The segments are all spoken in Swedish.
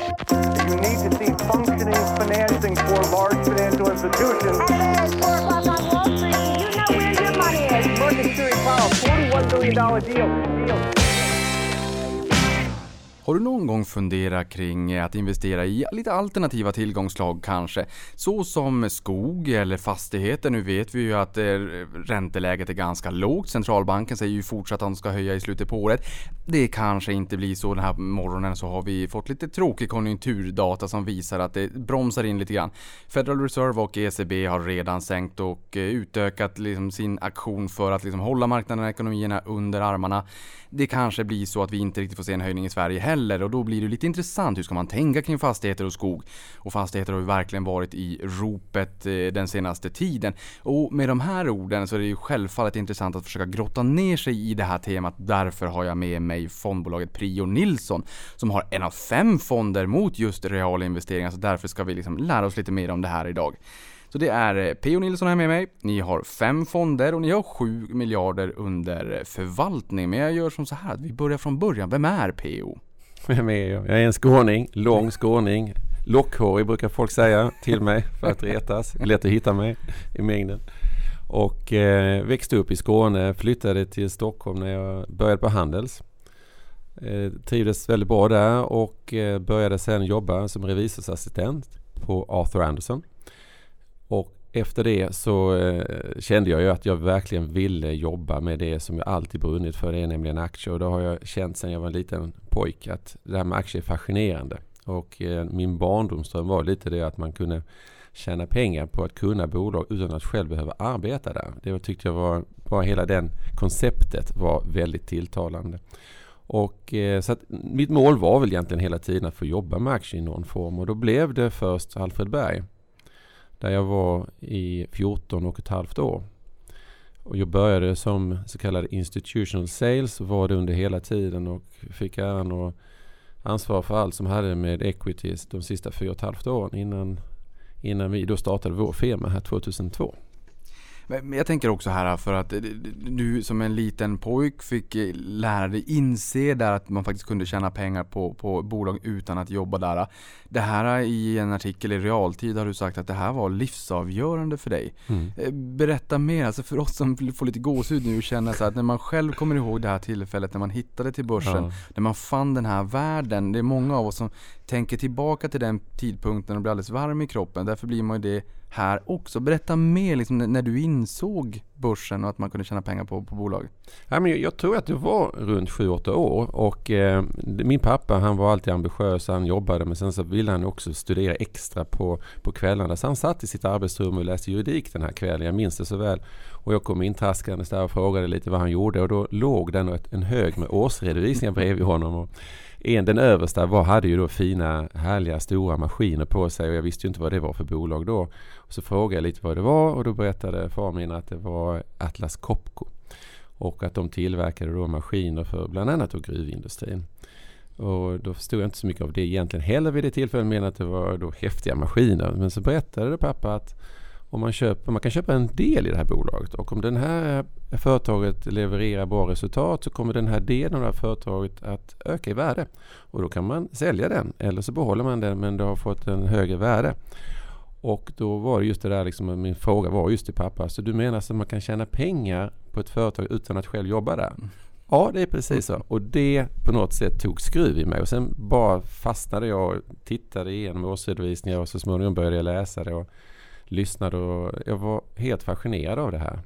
You need to see functioning financing for large financial institutions. Hey, it's 4 o'clock on Wall Street. You know where your money is. Market Security Powell, $41 billion deal. Har du någon gång funderat kring att investera i lite alternativa tillgångslag kanske? Så som skog eller fastigheter. Nu vet vi ju att ränteläget är ganska lågt. Centralbanken säger ju fortsatt att de ska höja i slutet på året. Det kanske inte blir så. Den här morgonen så har vi fått lite tråkig konjunkturdata som visar att det bromsar in lite grann. Federal Reserve och ECB har redan sänkt och utökat liksom sin aktion för att liksom hålla marknaden och ekonomierna under armarna. Det kanske blir så att vi inte riktigt får se en höjning i Sverige heller, och då blir det lite intressant. Hur ska man tänka kring fastigheter och skog? Och fastigheter har ju verkligen varit i ropet den senaste tiden. Och med de här orden så är det ju självfallet intressant att försöka grotta ner sig i det här temat. Därför har jag med mig fondbolaget Prio Nilsson som har en av 5 fonder mot just reala investeringar. Så därför ska vi liksom lära oss lite mer om det här idag. Så det är P.O. Nilsson här med mig. Ni har 5 fonder och ni har 7 miljarder under förvaltning. Men jag gör som så här att vi börjar från början. Vem är P.O.? Vem är jag? Jag är en skåning, lång skåning. Lockhårig brukar folk säga till mig för att retas. Lätt att hitta mig i mängden. Och växte upp i Skåne, flyttade till Stockholm när jag började på Handels. Trivdes väldigt bra där och började sedan jobba som revisorsassistent på Arthur Andersen. Och efter det så kände jag ju att jag verkligen ville jobba med det som jag alltid brunnit för, det är nämligen aktier. Och då har jag känt sedan jag var en liten pojk att det här med aktier är fascinerande. Och min barndomsdröm var lite det att man kunde tjäna pengar på att kunna bolag utan att själv behöva arbeta där. Det tyckte jag var hela den konceptet var väldigt tilltalande. Och så att mitt mål var väl egentligen hela tiden att få jobba med aktier i någon form. Och då blev det först Alfred Berg, där jag var i 14,5 år. Och jag började som så kallad institutional sales, var det under hela tiden och fick äran och ansvar för allt som hade med equities de sista 4,5 åren innan vi då startade vår firma här 2002. Men jag tänker också här för att du som en liten pojk fick lära dig inse där att man faktiskt kunde tjäna pengar på bolag utan att jobba där. Det här i en artikel i realtid har du sagt att det här var livsavgörande för dig. Berätta mer, alltså för oss som får lite gåshud nu och känner så att när man själv kommer ihåg det här tillfället när man hittade till börsen, när man fann den här världen. Det är många av oss som tänker tillbaka till den tidpunkten och blir alldeles varm i kroppen. Därför blir man ju det här också. Berätta mer liksom, när du insåg börsen och att man kunde tjäna pengar på bolag. Ja, men jag tror att det var runt 7-8 år och min pappa, han var alltid ambitiös, han jobbade, men sen så ville han också studera extra på kvällarna. Så han satt i sitt arbetsrum och läste juridik den här kvällen, jag minns det så väl. Och jag kom in traskandes där och frågade lite vad han gjorde, och då låg det en hög med årsredovisningar bredvid honom. Och den översta hade ju då fina, härliga, stora maskiner på sig, och jag visste ju inte vad det var för bolag då. Och så frågade jag lite vad det var, och då berättade far min att det var Atlas Copco och att de tillverkade då maskiner för bland annat då gruvindustrin. Och då förstod jag inte så mycket av det egentligen heller vid det tillfället, men att det var då häftiga maskiner. Men så berättade pappa att om man kan köpa en del i det här bolaget, och om den här företaget levererar bra resultat så kommer den här delen av det här företaget att öka i värde. Och då kan man sälja den, eller så behåller man den, men det har fått en högre värde. Och då var det just det där, liksom, min fråga var just till pappa, så du menar att man kan tjäna pengar på ett företag utan att själv jobba där? Ja, det är precis så. Och det på något sätt tog skruv i mig. Och sen bara fastnade jag och tittade igenom årsredovisningar, och så småningom började jag läsa det och lyssnade, och jag var helt fascinerad av det här.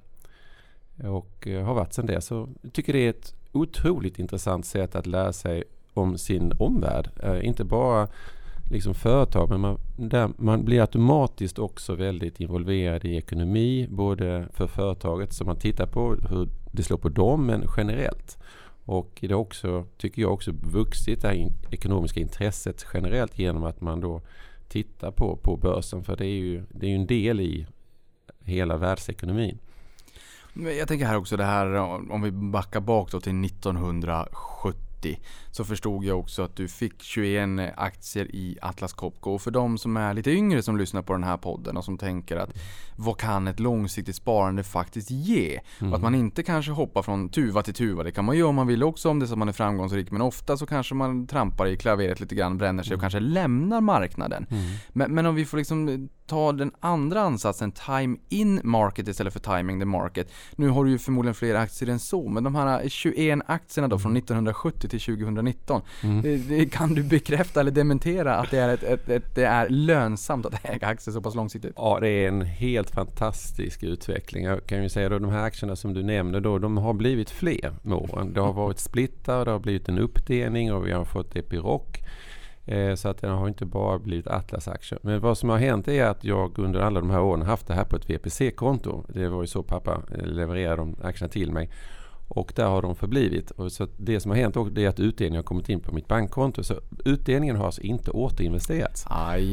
Och har varit sedan det. Så jag tycker det är ett otroligt intressant sätt att lära sig om sin omvärld. Inte bara liksom företag, men man blir automatiskt också väldigt involverad i ekonomi, både för företaget som man tittar på hur det slår på dem, men generellt. Och det har också, tycker jag, också vuxit det här ekonomiska intresset generellt genom att man då tittar på börsen, för det är ju en del i hela världsekonomin. Jag tänker här också det här, om vi backar bak då till 1970 så förstod jag också att du fick 21 aktier i Atlas Copco. Och för de som är lite yngre som lyssnar på den här podden och som tänker att vad kan ett långsiktigt sparande faktiskt ge? Och att man inte kanske hoppar från tuva till tuva. Det kan man göra om man vill också om det är så att man är framgångsrik. Men ofta så kanske man trampar i klaveret lite grann, bränner sig och kanske lämnar marknaden. Men om vi får liksom ta den andra ansatsen, time in market istället för timing the market. Nu har du ju förmodligen fler aktier än så, men de här 21 aktierna då från 1970 till 2019. Kan du bekräfta eller dementera att det är lönsamt att äga aktier så pass långsiktigt? Ja, det är en helt fantastisk utveckling. Jag kan ju säga då, de här aktierna som du nämnde då, de har blivit fler med åren. Det har varit splittar, det har blivit en uppdelning och vi har fått Epiroc. Så att det har inte bara blivit Atlas-aktier. Men vad som har hänt är att jag under alla de här åren haft det här på ett VPC-konto. Det var ju så pappa levererade de aktierna till mig. Och där har de förblivit. Och så det som har hänt är att utdelningen har kommit in på mitt bankkonto. Så utdelningen har alltså inte återinvesterats.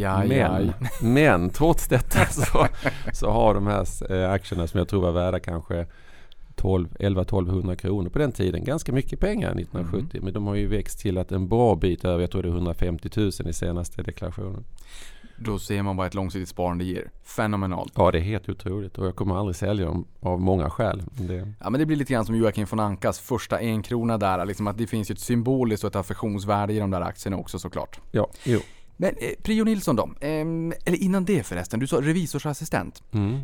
Men trots detta så har de här aktierna som jag tror var värda kanske 11-1200 kronor på den tiden. Ganska mycket pengar 1970. Men de har ju växt till att en bra bit över, jag tror det är 150 000 i senaste deklarationen. Då ser man vad ett långsiktigt sparande ger. Fenomenalt. Ja, det är helt otroligt. Och jag kommer aldrig sälja dem av många skäl. Ja, men det blir lite grann som Joakim von Ankas första 1 krona där. Liksom att det finns ju ett symboliskt och ett affektionsvärde i de där aktierna också såklart. Ja, jo. Men Prio Nilsson då, eller innan det förresten, du sa revisorsassistent.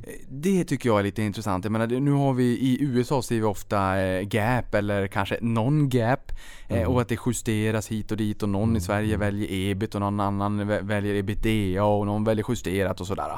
Det tycker jag är lite intressant. Jag menar, nu har vi i USA ser vi ofta gap eller kanske non-gap och att det justeras hit och dit och någon i Sverige väljer EBIT och någon annan väljer EBITDA och någon väljer justerat och sådär.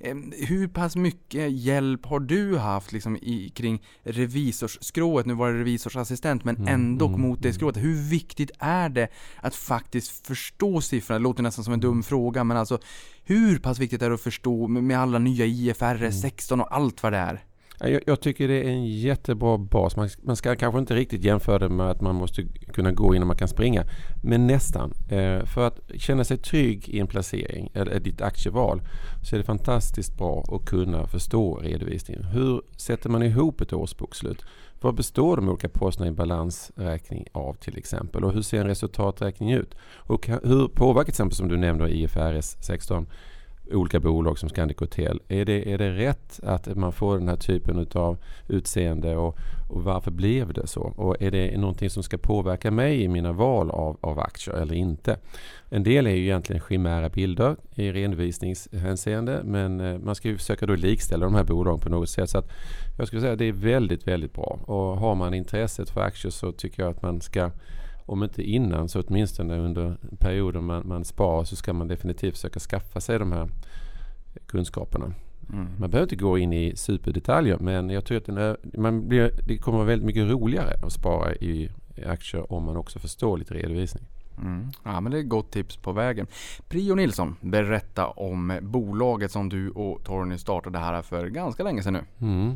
Hur pass mycket hjälp har du haft liksom kring revisorsskrået? Nu var det revisorsassistent men ändå mot det skrået. Hur viktigt är det att faktiskt förstå siffrorna? Det låter nästan som en dum fråga, men alltså hur pass viktigt är det att förstå med alla nya IFRS 16 och allt vad det är? Jag tycker det är en jättebra bas. Man ska kanske inte riktigt jämföra det med att man måste kunna gå innan man kan springa. Men nästan. För att känna sig trygg i en placering eller ditt aktieval så är det fantastiskt bra att kunna förstå redovisningen. Hur sätter man ihop ett årsbokslut? Vad består de olika posterna i balansräkning av till exempel? Och hur ser en resultaträkning ut? Och hur påverkar till exempel som du nämnde IFRS 16 olika bolag som Scandic Hotel? Är det rätt att man får den här typen av utseende och varför blev det så? Och är det någonting som ska påverka mig i mina val av aktier eller inte? En del är ju egentligen chimära bilder i redovisningshänseende, men man ska ju försöka då likställa de här bolagen på något sätt. Så att jag skulle säga att det är väldigt, väldigt bra. Och har man intresset för aktier så tycker jag att man ska, om inte innan så åtminstone under perioden man sparar, så ska man definitivt försöka skaffa sig de här kunskaperna. Man behöver inte gå in i superdetaljer, men jag tror att det kommer vara väldigt mycket roligare att spara i aktier om man också förstår lite redovisning. Ja, men det är ett gott tips på vägen. Prio Nilsson, berätta om bolaget som du och Torgny startade här för ganska länge sedan nu.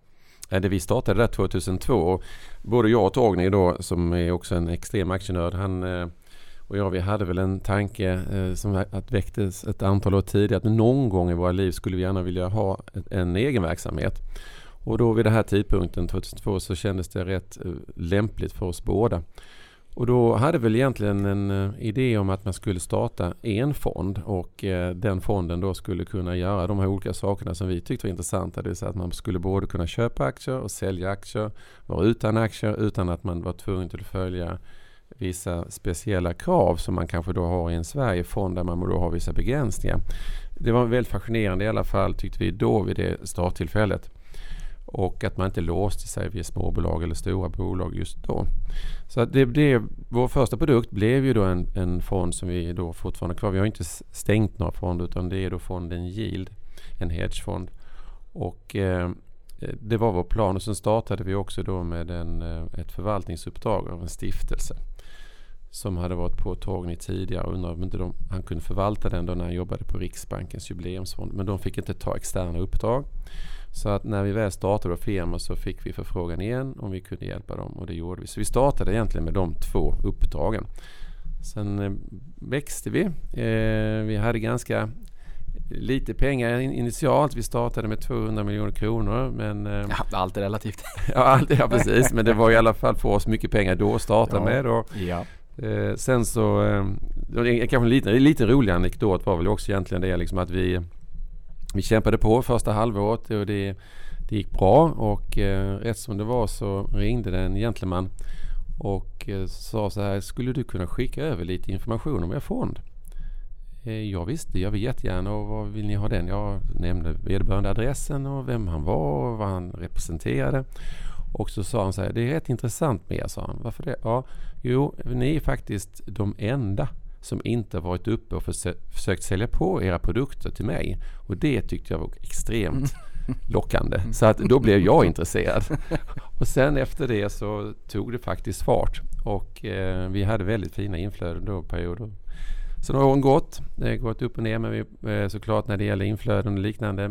Vi startade där 2002 och både jag och Torgny då, som är också en extrem aktienörd, han och jag, vi hade väl en tanke som att väcktes ett antal år tidigare, att någon gång i våra liv skulle vi gärna vilja ha en egen verksamhet. Och då vid den här tidpunkten 2002 så kändes det rätt lämpligt för oss båda. Och då hade väl egentligen en idé om att man skulle starta en fond och den fonden då skulle kunna göra de här olika sakerna som vi tyckte var intressanta. Det vill säga att man skulle både kunna köpa aktier och sälja aktier, vara utan aktier utan att man var tvungen till att följa vissa speciella krav som man kanske då har i en Sverigefond där man då har vissa begränsningar. Det var väldigt fascinerande i alla fall, tyckte vi då vid det starttillfället. Och att man inte låste sig vid småbolag eller stora bolag just då. Så att vår första produkt blev ju då en fond som vi då fortfarande kvar. Vi har inte stängt några fonder, utan det är då fonden Yield, en hedgefond. Och det var vår plan. Och sen startade vi också då med ett förvaltningsuppdrag av en stiftelse som hade varit på Torgny tidigare och undrade om inte han kunde förvalta den då när han jobbade på Riksbankens jubileumsfond. Men de fick inte ta externa uppdrag. Så att när vi väl startade firman så fick vi förfrågan igen om vi kunde hjälpa dem, och det gjorde vi. Så vi startade egentligen med de 2 uppdragen. Sen växte vi. Vi hade ganska lite pengar initialt. Vi startade med 200 miljoner kronor. Men, ja, allt är relativt. Ja, precis. Men det var i alla fall för oss mycket pengar då att starta med. Och, sen så, kanske en lite rolig anekdot var väl också egentligen det liksom att vi kämpade på första halvåret och det gick bra och rätt som det var så ringde det en gentleman och sa så här: skulle du kunna skicka över lite information om er fond? Ja visst, det gör vi jättegärna. Och vad vill ni ha den? Jag nämnde vederbörande adressen och vem han var och vad han representerade. Och så sa han så här: det är rätt intressant med er, sa han. Varför det? Ja, jo, ni är faktiskt de enda som inte har varit uppe och försökt sälja på era produkter till mig. Och det tyckte jag var extremt lockande. Så att då blev jag intresserad. Och sen efter det så tog det faktiskt fart. Och vi hade väldigt fina inflöden då perioder. Så har åren gått. Det har gått upp och ner men såklart när det gäller inflöden och liknande.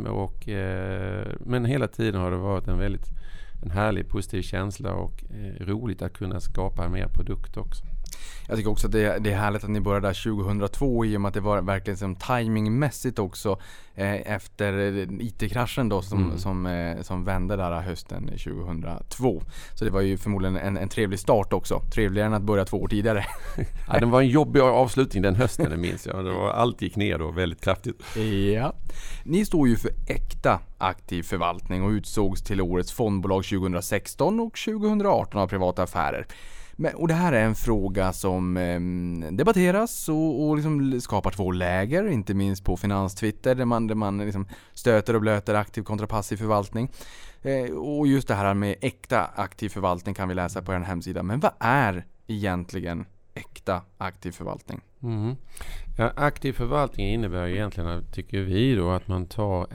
Men hela tiden har det varit en härlig positiv känsla och roligt att kunna skapa mer produkter också. Jag tycker också att det är härligt att ni började där 2002 i och med att det var verkligen som timingmässigt också efter IT-kraschen då som vände där hösten 2002. Så det var ju förmodligen en trevlig start också. Trevligare än att börja 2 år tidigare. Ja, den var en jobbig avslutning den hösten, det minns jag. Det var, allt gick ner då väldigt kraftigt. Ja. Ni står ju för äkta aktiv förvaltning och utsågs till årets fondbolag 2016 och 2018 av Privata Affärer. Och det här är en fråga som debatteras och liksom skapar 2 läger, inte minst på Finanstwitter där man liksom stöter och blöter aktiv kontra passiv förvaltning. Och just det här med äkta aktiv förvaltning kan vi läsa på er hemsida. Men vad är egentligen äkta aktiv förvaltning? Mm. Ja, aktiv förvaltning innebär egentligen, tycker vi då, att man tar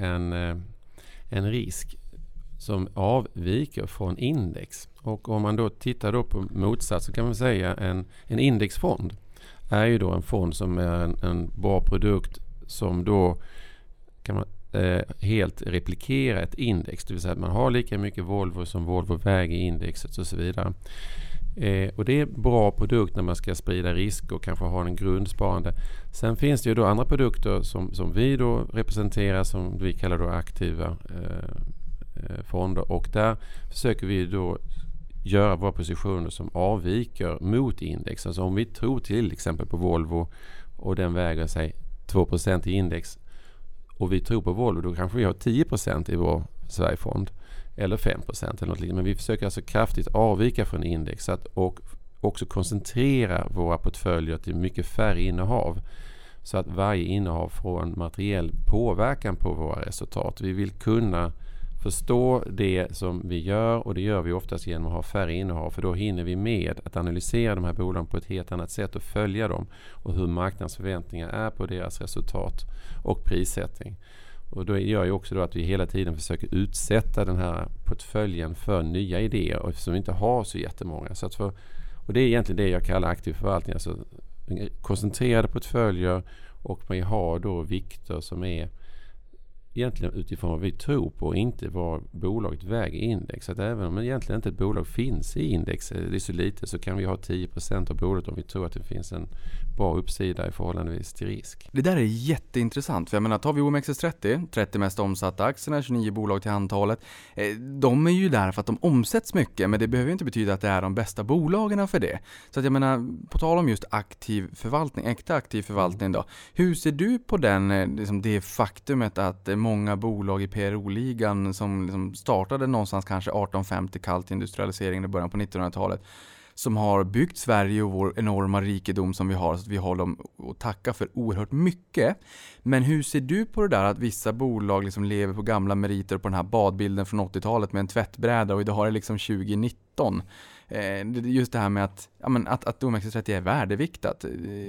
en risk som avviker från index. Och om man då tittar då på motsats så kan man säga en indexfond är ju då en fond som är en bra produkt som då kan man helt replikera ett index. Det vill säga att man har lika mycket Volvo som Volvo väger i indexet och så vidare. Och det är en bra produkt när man ska sprida risk och kanske ha en grundsparande. Sen finns det ju då andra produkter som vi då representerar som vi kallar då aktiva fonder och där försöker vi då göra våra positioner som avviker mot index. Alltså om vi tror till exempel på Volvo och den väger sig 2% i index och vi tror på Volvo, då kanske vi har 10% i vår Sverigefond eller 5% eller något liknande. Men vi försöker alltså kraftigt avvika från index och också koncentrera våra portföljer till mycket färre innehav så att varje innehav får en materiell påverkan på våra resultat. Vi vill kunna förstå det som vi gör och det gör vi oftast genom att ha färre innehav för då hinner vi med att analysera de här bolagen på ett helt annat sätt och följa dem och hur marknadsförväntningar är på deras resultat och prissättning. Och då gör ju också då att vi hela tiden försöker utsätta den här portföljen för nya idéer och eftersom vi inte har så jättemånga. Och det är egentligen det jag kallar aktiv förvaltning, alltså koncentrerade portföljer och man har då vikter som är egentligen utifrån vad vi tror på och inte vad bolaget väger i index. Så att även om egentligen inte ett bolag finns i index, det är så lite, så kan vi ha 10% av bolaget om vi tror att det finns en bra uppsida i förhållandevis till risk. Det där är jätteintressant. För jag menar, tar vi OMXS30, 30 mest omsatta aktierna, 29 bolag till antalet. De är ju där för att de omsätts mycket, men det behöver inte betyda att det är de bästa bolagen för det. Så att jag menar, på tal om just aktiv förvaltning, äkta aktiv förvaltning då. Hur ser du på den, liksom det faktumet att många bolag i PRO-ligan som liksom startade någonstans kanske 1850 kallt industrialiseringen i början på 1900-talet som har byggt Sverige och vår enorma rikedom som vi har, så att vi har dem att tacka för oerhört mycket. Men hur ser du på det där att vissa bolag liksom lever på gamla meriter på den här badbilden från 80-talet med en tvättbräda och idag har det liksom 2019? Just det här med att OMXS30 är värdeviktat.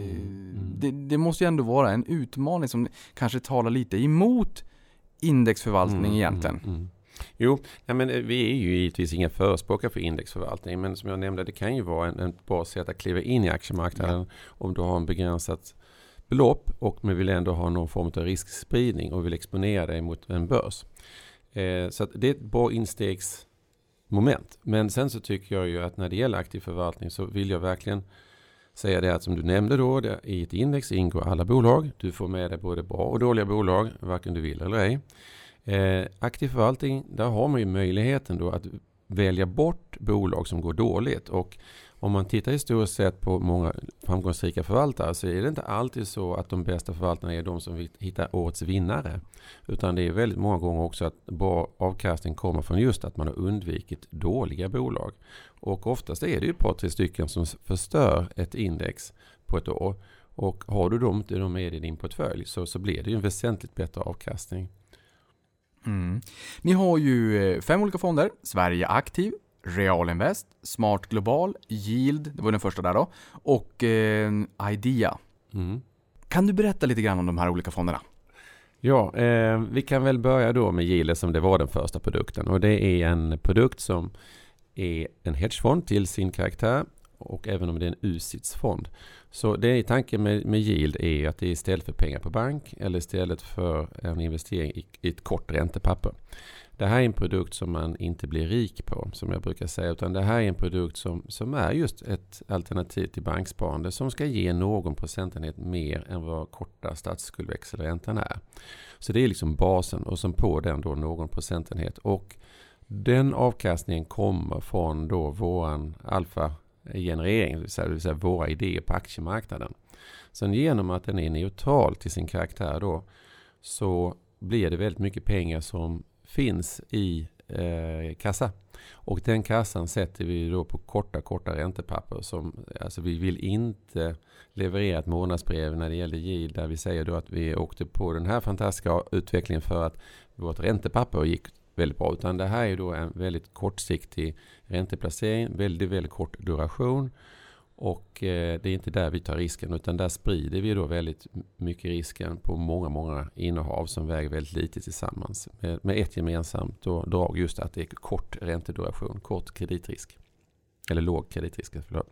Det måste ju ändå vara en utmaning som kanske talar lite emot indexförvaltning egentligen. Jo, men vi är ju givetvis inga förespråkare för indexförvaltning, men som jag nämnde, det kan ju vara en bra sätt att kliva in i aktiemarknaden om du har en begränsat belopp och man vill ändå ha någon form av riskspridning och vill exponera dig mot en börs. Så att det är ett bra instegsmoment. Men sen så tycker jag ju att när det gäller aktiv förvaltning så vill jag verkligen säga det att som du nämnde då, i ett index ingår alla bolag. Du får med dig både bra och dåliga bolag, varken du vill eller ej. Aktiv förvaltning, där har man ju möjligheten då att välja bort bolag som går dåligt. Och om man tittar historiskt sett på många framgångsrika förvaltare så är det inte alltid så att de bästa förvaltarna är de som vill hitta årets vinnare. Utan det är väldigt många gånger också att bra avkastning kommer från just att man har undvikit dåliga bolag. Och oftast är det ju ett par, 3 stycken som förstör ett index på ett år. Och har du dem inte med i din portfölj så blir det ju en väsentligt bättre avkastning. Ni har ju 5 olika fonder. Sverige Aktiv, Realinvest, Smart Global, Yield, det var den första där då, och Idea. Kan du berätta lite grann om de här olika fonderna? Ja, vi kan väl börja då med Yield som det var den första produkten. Och det är en produkt som är en hedgefond till sin karaktär och även om det är en UCITS-fond. Så det är tanken med Yield är att det är istället för pengar på bank eller istället för en investering i ett kort räntepapper. Det här är en produkt som man inte blir rik på, som jag brukar säga, utan det här är en produkt som är just ett alternativ till banksparande som ska ge någon procentenhet mer än vad korta statsskuldväxelräntan är. Så det är liksom basen och som på den då någon procentenhet. Och den avkastningen kommer från då våran alfa-generering, det vill säga våra idéer på aktiemarknaden. Sen genom att den är neutral till sin karaktär då så blir det väldigt mycket pengar som finns i kassa. Och den kassan sätter vi då på korta räntepapper. Alltså vi vill inte leverera ett månadsbrev när det gäller Yield där vi säger då att vi åkte på den här fantastiska utvecklingen för att vårt räntepapper gick väldigt bra. Utan det här är då en väldigt kortsiktig ränteplacering, väldigt kort duration. Och det är inte där vi tar risken utan där sprider vi då väldigt mycket risken på många innehav som väger väldigt lite tillsammans. Med ett gemensamt drag just att det är kort ränteduration, kort kreditrisk. Eller låg kreditrisk, förlåt.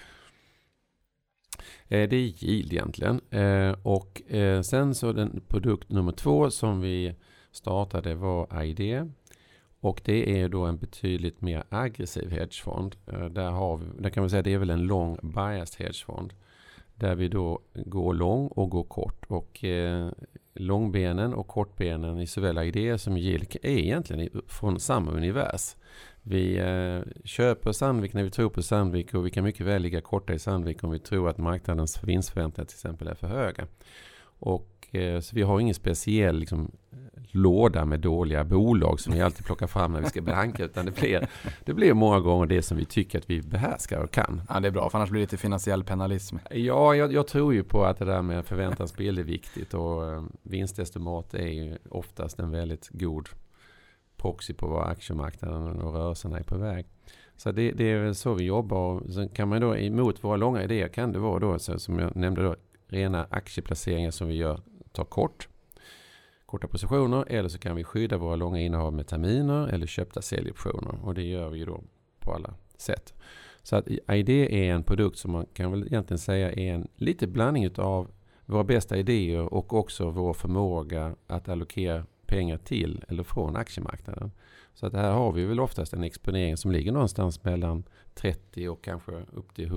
Det är Yield egentligen. Och sen så den produkt nummer 2 som vi startade var Idea. Och det är då en betydligt mer aggressiv hedgefond. Där kan man säga att det är väl en long biased hedgefond. Där vi då går lång och går kort. Och långbenen och kortbenen i såväl Idea som Yield är egentligen från samma univers. Vi köper Sandvik när vi tror på Sandvik och vi kan mycket väl ligga korta i Sandvik om vi tror att marknadens vinstförväntningar till exempel är för höga. Och så vi har ingen speciell låda med dåliga bolag som vi alltid plockar fram när vi ska blanka utan det blir många gånger det som vi tycker att vi behärskar och kan. Ja, det är bra, för annars blir det lite finansiell penalism. Ja, jag tror ju på att det där med förväntansbild är viktigt och vinstestimat är ju oftast en väldigt god proxy på vad aktiemarknaden och rörelserna är på väg. Så det är väl så vi jobbar och sen kan man då emot våra långa idéer kan det vara då så som jag nämnde då rena aktieplaceringar som vi tar korta positioner eller så kan vi skydda våra långa innehav med terminer eller köpta säljoptioner och det gör vi ju då på alla sätt. Så att Idea är en produkt som man kan väl egentligen säga är en lite blandning av våra bästa idéer och också vår förmåga att allokera pengar till eller från aktiemarknaden. Så att här har vi väl oftast en exponering som ligger någonstans mellan 30 och kanske upp till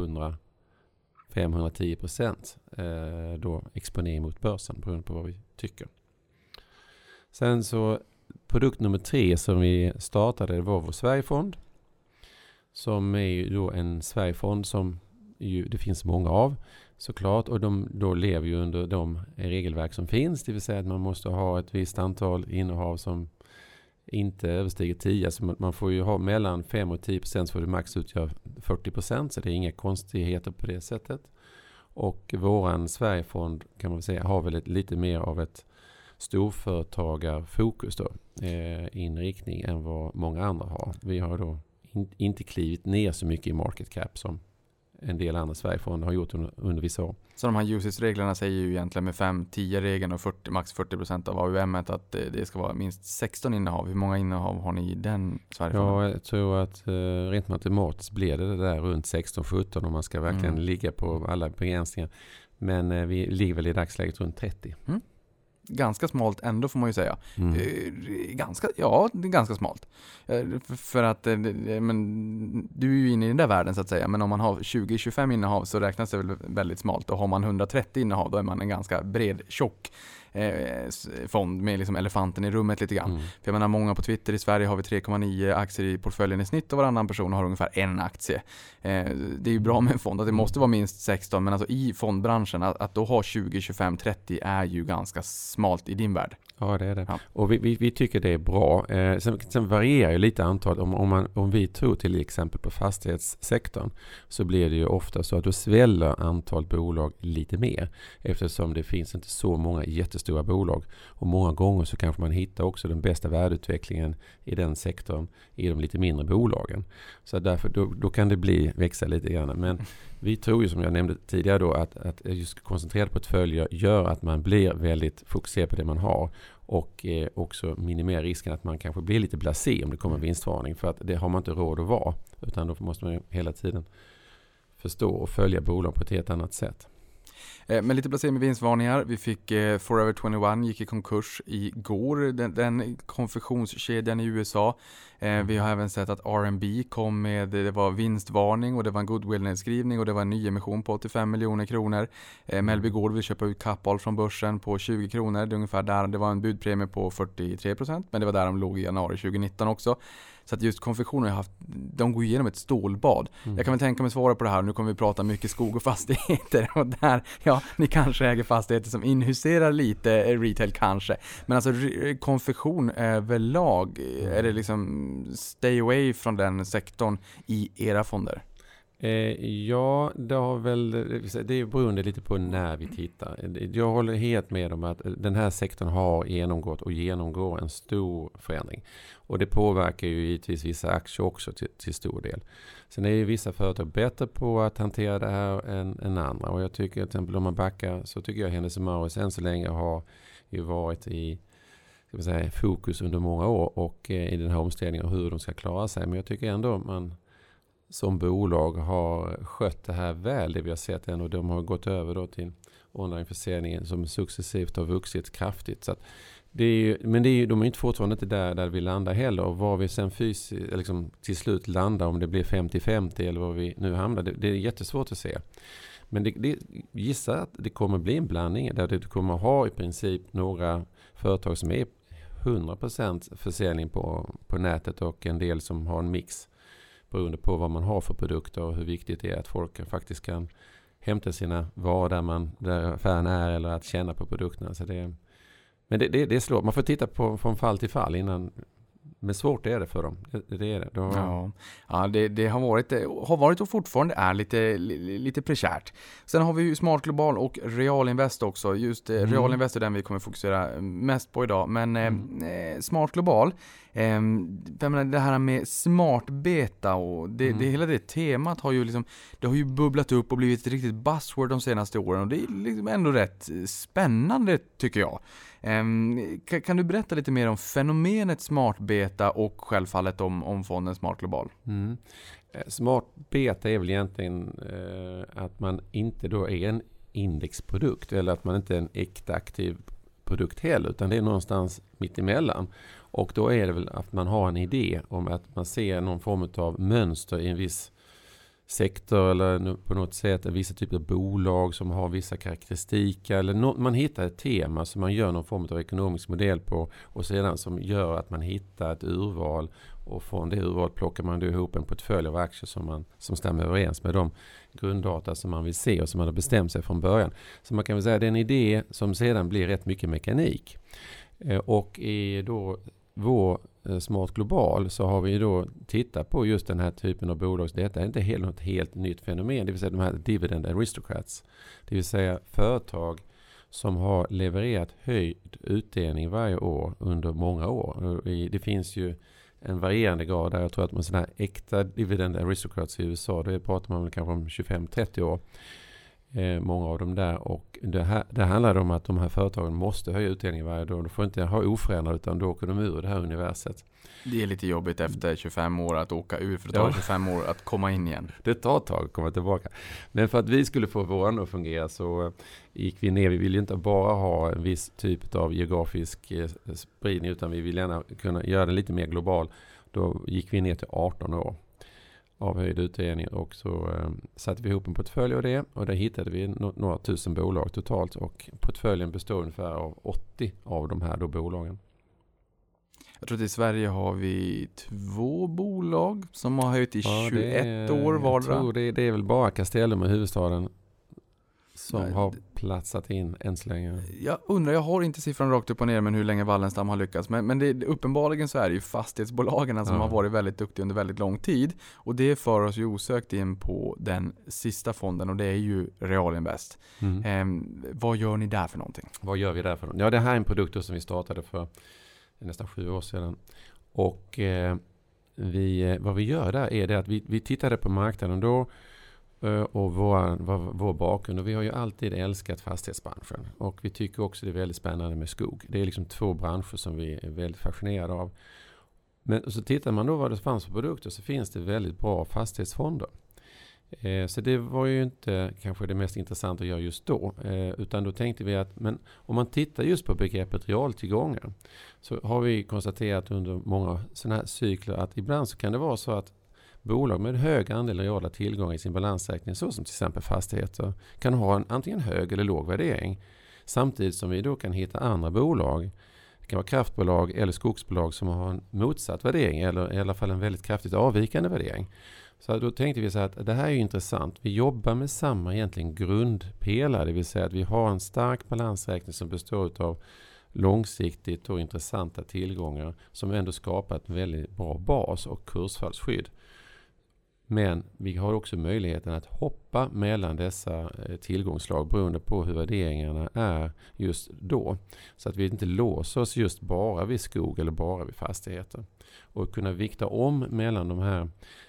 510% då exponering mot börsen beroende på vad vi tycker. Sen så produkt nummer 3 som vi startade var vår Sverigefond. Som är ju då en Sverigefond som ju, det finns många av såklart och de då lever ju under de regelverk som finns. Det vill säga att man måste ha ett visst antal innehav som inte överstiger 10. Alltså man får ju ha mellan 5 och 10% för det max utgör 40%. Så det är inga konstigheter på det sättet. Och våran Sverigefond kan man säga har väl lite mer av ett storföretagarfokus då, inriktning än vad många andra har. Vi har då inte klivit ner så mycket i market cap som en del andra Sverigefonder har gjort under vissa år. Så de här UCITS-reglerna säger ju egentligen med 5-10-regeln och max 40% av AUM att det ska vara minst 16 innehav. Hur många innehav har ni i den Sverigefonden? Ja, jag tror att rent matematiskt blir det där runt 16-17 om man ska verkligen ligga på alla begränsningar. Men vi ligger väl i dagsläget runt 30. ganska smalt ändå får man ju säga. Det är ganska smalt. För att men, du är ju inne i den där världen så att säga, men om man har 20-25 innehav så räknas det väl väldigt smalt, och har man 130 innehav då är man en ganska bred, tjock fond med liksom elefanten i rummet lite grann. För jag menar, många på Twitter i Sverige har vi 3,9 aktier i portföljen i snitt och varannan person har ungefär en aktie. Det är ju bra med en fond att det måste vara minst 16, men alltså i fondbranschen att då ha 20, 25, 30 är ju ganska smalt i din värld. Ja, det är det. Ja. Och vi tycker det är bra. Sen varierar ju lite antal. Om vi tror till exempel på fastighetssektorn så blir det ju ofta så att då sväller antal bolag lite mer, eftersom det finns inte så många jättestora bolag. Och många gånger så kanske man hittar också den bästa värdeutvecklingen i den sektorn i de lite mindre bolagen. Så därför då kan det växa lite grann. Men vi tror ju, som jag nämnde tidigare då, att just koncentrerade portföljer gör att man blir väldigt fokuserad på det man har, och också minimera risken att man kanske blir lite blasé om det kommer vinstvarning, för att det har man inte råd att vara, utan då måste man ju hela tiden förstå och följa bolag på ett helt annat sätt. Men lite blasé med vinstvarningar. Vi fick Forever 21 gick i konkurs igår, den konfektionskedjan i USA. Vi har även sett att R&B kom med, det var vinstvarning och det var en goodwill-nedskrivning och det var en nyemission på 85 miljoner kronor. Mellby Gård vill köpa ut Kappahl från börsen på 20 kronor. Det är ungefär där, det var en budpremie på 43%, men det var där de låg i januari 2019 också. Så att just konfektioner de går igenom ett stålbad. Jag kan väl tänka mig svara på det här. Nu kommer vi prata mycket skog och fastigheter. Och där, ni kanske äger fastigheter som inhuserar lite retail kanske. Men alltså konfektion överlag, är det liksom stay away från den sektorn i era fonder? Ja, det är beroende lite på när vi tittar. Jag håller helt med om att den här sektorn har genomgått och genomgår en stor förändring. Och det påverkar ju givetvis vissa aktier också till stor del. Sen är ju vissa företag bättre på att hantera det här än andra. Och jag tycker till exempel om man backar, så tycker jag Hennes & Mauritz än så länge har ju varit i fokus under många år och i den här omställningen och hur de ska klara sig. Men jag tycker ändå man som bolag har skött det här väl, det vi har sett än, och de har gått över då till onlineförsäljningen som successivt har vuxit kraftigt. Så att de är inte fortfarande inte där vi landar heller, och var vi sen liksom till slut landar, om det blir 50-50 eller var vi nu hamnar, det är jättesvårt att se. Men det gissar att det kommer bli en blandning där det kommer ha i princip några företag som är 100% försäljning på nätet och en del som har en mix, beroende på vad man har för produkter och hur viktigt det är att folk faktiskt kan hämta sina varor där affären är, eller att känna på produkterna. Så men det är svårt. Man får titta från fall till fall innan. Men svårt är det för dem. Det är det. Ja, det har varit och fortfarande är lite prekärt. Sen har vi ju Smart Global och Realinvest också. Just Realinvest är den vi kommer fokusera mest på idag. Men Smart Global, det här med smart beta och hela det temat har ju liksom, det har ju bubblat upp och blivit ett riktigt buzzword de senaste åren, och det är liksom ändå rätt spännande tycker jag. Kan du berätta lite mer om fenomenet smart beta och självfallet om fonden Smart Global? Smart beta är väl egentligen att man inte då är en indexprodukt, eller att man inte är en äkta aktiv produkt heller, utan det är någonstans mitt emellan. Och då är det väl att man har en idé om att man ser någon form av mönster i en viss sektor, eller på något sätt en vissa typer av bolag som har vissa karaktäristika, eller man hittar ett tema som man gör någon form av ekonomisk modell på, och sedan som gör att man hittar ett urval, och från det urval plockar man då ihop en portfölj av aktier som stämmer överens med de grunddata som man vill se och som man har bestämt sig från början. Så man kan väl säga att det är en idé som sedan blir rätt mycket mekanik. Och i då vår Smart Global så har vi då tittat på just den här typen av bolag. Detta är inte något helt nytt fenomen, det vill säga de här dividend aristocrats. Det vill säga företag som har levererat höjd utdelning varje år under många år. Det finns ju en varierande grad där. Jag tror att man sådana här äkta dividend aristocrats i USA, då pratar man väl kanske om 25-30 år. många av dem där, och det handlar om att de här företagen måste höja utdelningen varje dag. De får inte ha oförändrad, utan då åker de ur det här universet. Det är lite jobbigt efter 25 år att åka ur, för det tar 25 år att komma in igen. Det tar ett tag att komma tillbaka. Men för att vi skulle få våran att fungera så gick vi ner. Vi ville inte bara ha en viss typ av geografisk spridning, utan vi ville gärna kunna göra den lite mer global. Då gick vi ner till 18 år av höjd utdelning, och så satte vi ihop en portfölj av det, och där hittade vi några tusen bolag totalt, och portföljen består ungefär av 80 av de här då bolagen. Jag tror att i Sverige har vi 2 bolag som har höjt i 21 år vardera. Jag tror det är väl bara Castellum och huvudstaden som har platsat in än så länge. Jag undrar, jag har inte siffran rakt upp och ner, men hur länge Wallenstam har lyckats. Men det, uppenbarligen så är det ju fastighetsbolagen som har varit väldigt duktiga under väldigt lång tid. Och det för oss ju osökt in på den sista fonden, och det är ju Realinvest. Vad gör ni där för någonting? Vad gör vi där för någonting? Ja, det här är en produkt som vi startade för nästan 7 år sedan. Och vad vi gör där är det att vi tittade på marknaden då, och vår bakgrund. Och vi har ju alltid älskat fastighetsbranschen. Och vi tycker också det är väldigt spännande med skog. Det är liksom 2 branscher som vi är väldigt fascinerade av. Men så tittar man då vad det fanns för produkter, så finns det väldigt bra fastighetsfonder. Så det var ju inte kanske det mest intressanta att göra just då. Utan då tänkte vi att, men om man tittar just på begreppet realtillgångar, så har vi konstaterat under många sådana här cykler att ibland så kan det vara så att bolag med hög andel reala tillgångar i sin balansräkning, så som till exempel fastigheter, kan ha en antingen hög eller låg värdering. Samtidigt som vi då kan hitta andra bolag, det kan vara kraftbolag eller skogsbolag, som har en motsatt värdering, eller i alla fall en väldigt kraftigt avvikande värdering. Så då tänkte vi så att det här är ju intressant. Vi jobbar med samma egentligen grundpelare, det vill säga att vi har en stark balansräkning som består av långsiktigt och intressanta tillgångar som ändå skapar ett väldigt bra bas och kursfallsskydd. Men vi har också möjligheten att hoppa mellan dessa tillgångslag beroende på hur värderingarna är just då. Så att vi inte låser oss just bara vid skog eller bara vid fastigheter. Och kunna vikta om mellan de här